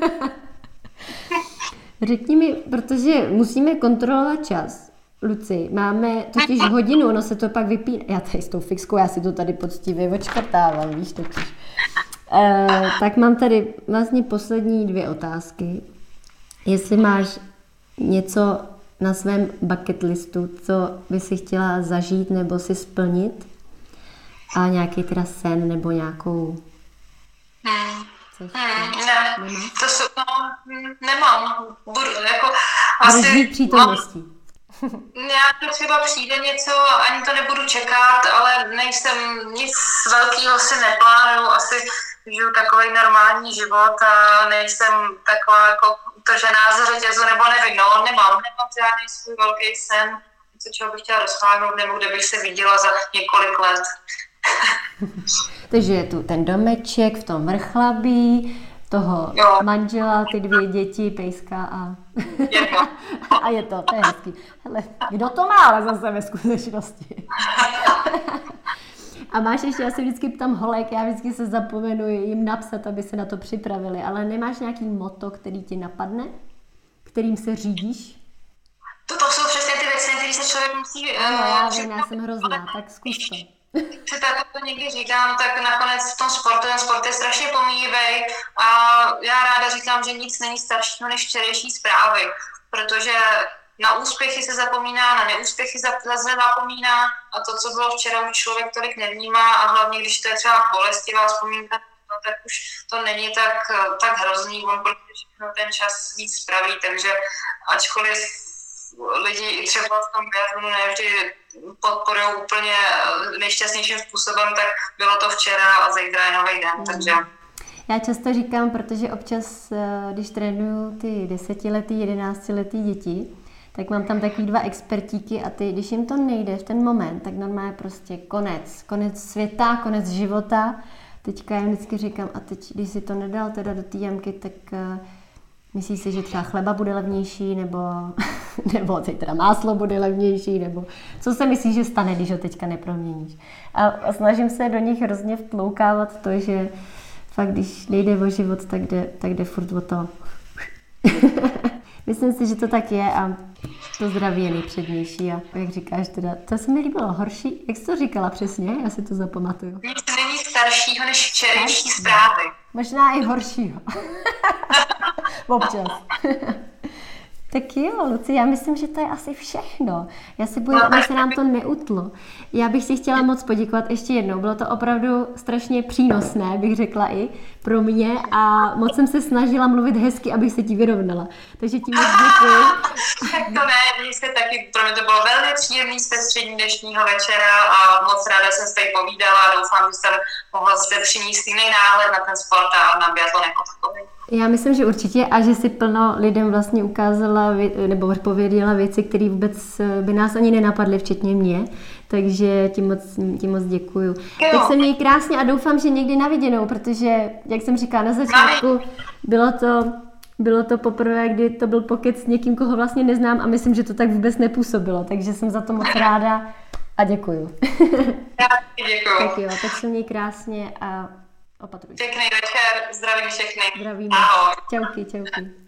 Řekni mi, protože musíme kontrolovat čas. Luci, máme totiž hodinu, ono se to pak vypíná. Já tady s tou fixkou, já si to tady poctivě odškrtávám, víš totiž. Tak mám tady vlastně poslední 2 otázky. Jestli máš něco na svém bucket listu, co by si chtěla zažít nebo si splnit a nějaký teda sen nebo nějakou... Ne, to jsou, nemám. Budu jako asi... přítomností. Já třeba přijde něco, ani to nebudu čekat, ale nic velkého si neplánuju, asi žiju takový normální život a nejsem taková jako utržená z řetězu, nebo nevím, nemám žádný svůj velký sen, něco, čeho bych chtěla dosáhnout, nebo kde bych se viděla za několik let. Takže je tu ten domeček v tom Vrchlabí, toho manžela, ty 2 děti, pejska a... A je to je hezký. Hele, kdo to má ale zase ve skutečnosti? A máš ještě, já se vždycky ptám holek, já vždycky se zapomenu jim napsat, aby se na to připravili, ale nemáš nějaký motto, který ti napadne? Kterým se řídíš? To jsou přesně ty věci, na které se člověk musí... Ano, já vím, já jsem hrozná, tak zkus to. Si to někdy říkám, tak nakonec v tom sportu, ten sport je strašně pomíjivý a já ráda říkám, že nic není staršího než včerejší zprávy, protože na úspěchy se zapomíná, na neúspěchy se zapomíná a to, co bylo včera, už člověk tolik nevnímá a hlavně, když to je třeba bolestivá vzpomínka, tak už to není tak hrozný, on protože všechno ten čas víc spraví, takže ačkoliv lidi třeba v tom biatlonu nevždy podporují úplně nejšťastnějším způsobem, tak bylo to včera a zítra je nový den, takže... Já často říkám, protože občas, když trénuju ty 10letý, 11letý děti, tak mám tam takový 2 expertíky a ty, když jim to nejde v ten moment, tak normálně prostě konec světa, konec života. Teďka já vždycky říkám, a teď, když si to nedal teda do té jamky, tak myslíš si, že třeba chleba bude levnější, nebo teď teda máslo bude levnější, nebo co se myslíš, že stane, když ho teďka neproměníš. A snažím se do nich hrozně vtloukávat to, že fakt, když nejde o život, tak jde furt o to. Myslím si, že to tak je a To zdraví je nejpřednější a jak říkáš teda, to se mi líbilo, horší, jak jsi to říkala přesně, já si to zapamatuju. Nic není staršího než včerejší zprávy. Možná i horšího. Občas. Tak jo, Luci, já myslím, že to je asi všechno. Já se bojím, aby se nám to neutlo. Já bych si chtěla moc poděkovat ještě jednou. Bylo to opravdu strašně přínosné, bych řekla i pro mě a moc jsem se snažila mluvit hezky, abych se ti vyrovnala. Takže ti moc děkuji. To ne, mně se taky, pro mě to bylo velmi příjemný zpestření dnešního večera a moc ráda jsem se tady povídala a doufám, že jsem mohla zde přinést jiný náhled na ten sport a na biatlon jako takový. Já myslím, že určitě a že si plno lidem vlastně ukázala nebo pověděla věci, které vůbec by nás ani nenapadly, včetně mě. Takže ti moc děkuju. Jo. Tak se měj krásně a doufám, že někdy na viděnou, protože, jak jsem říkala na začátku, bylo to poprvé, kdy to byl pokec s někým, koho vlastně neznám a myslím, že to tak vůbec nepůsobilo. Takže jsem za to moc ráda a děkuju. Já děkuju. Tak jo, tak se měj krásně a opatruj. Pěkný večer, zdravím všechny. Zdravíme. Ahoj. Čauky.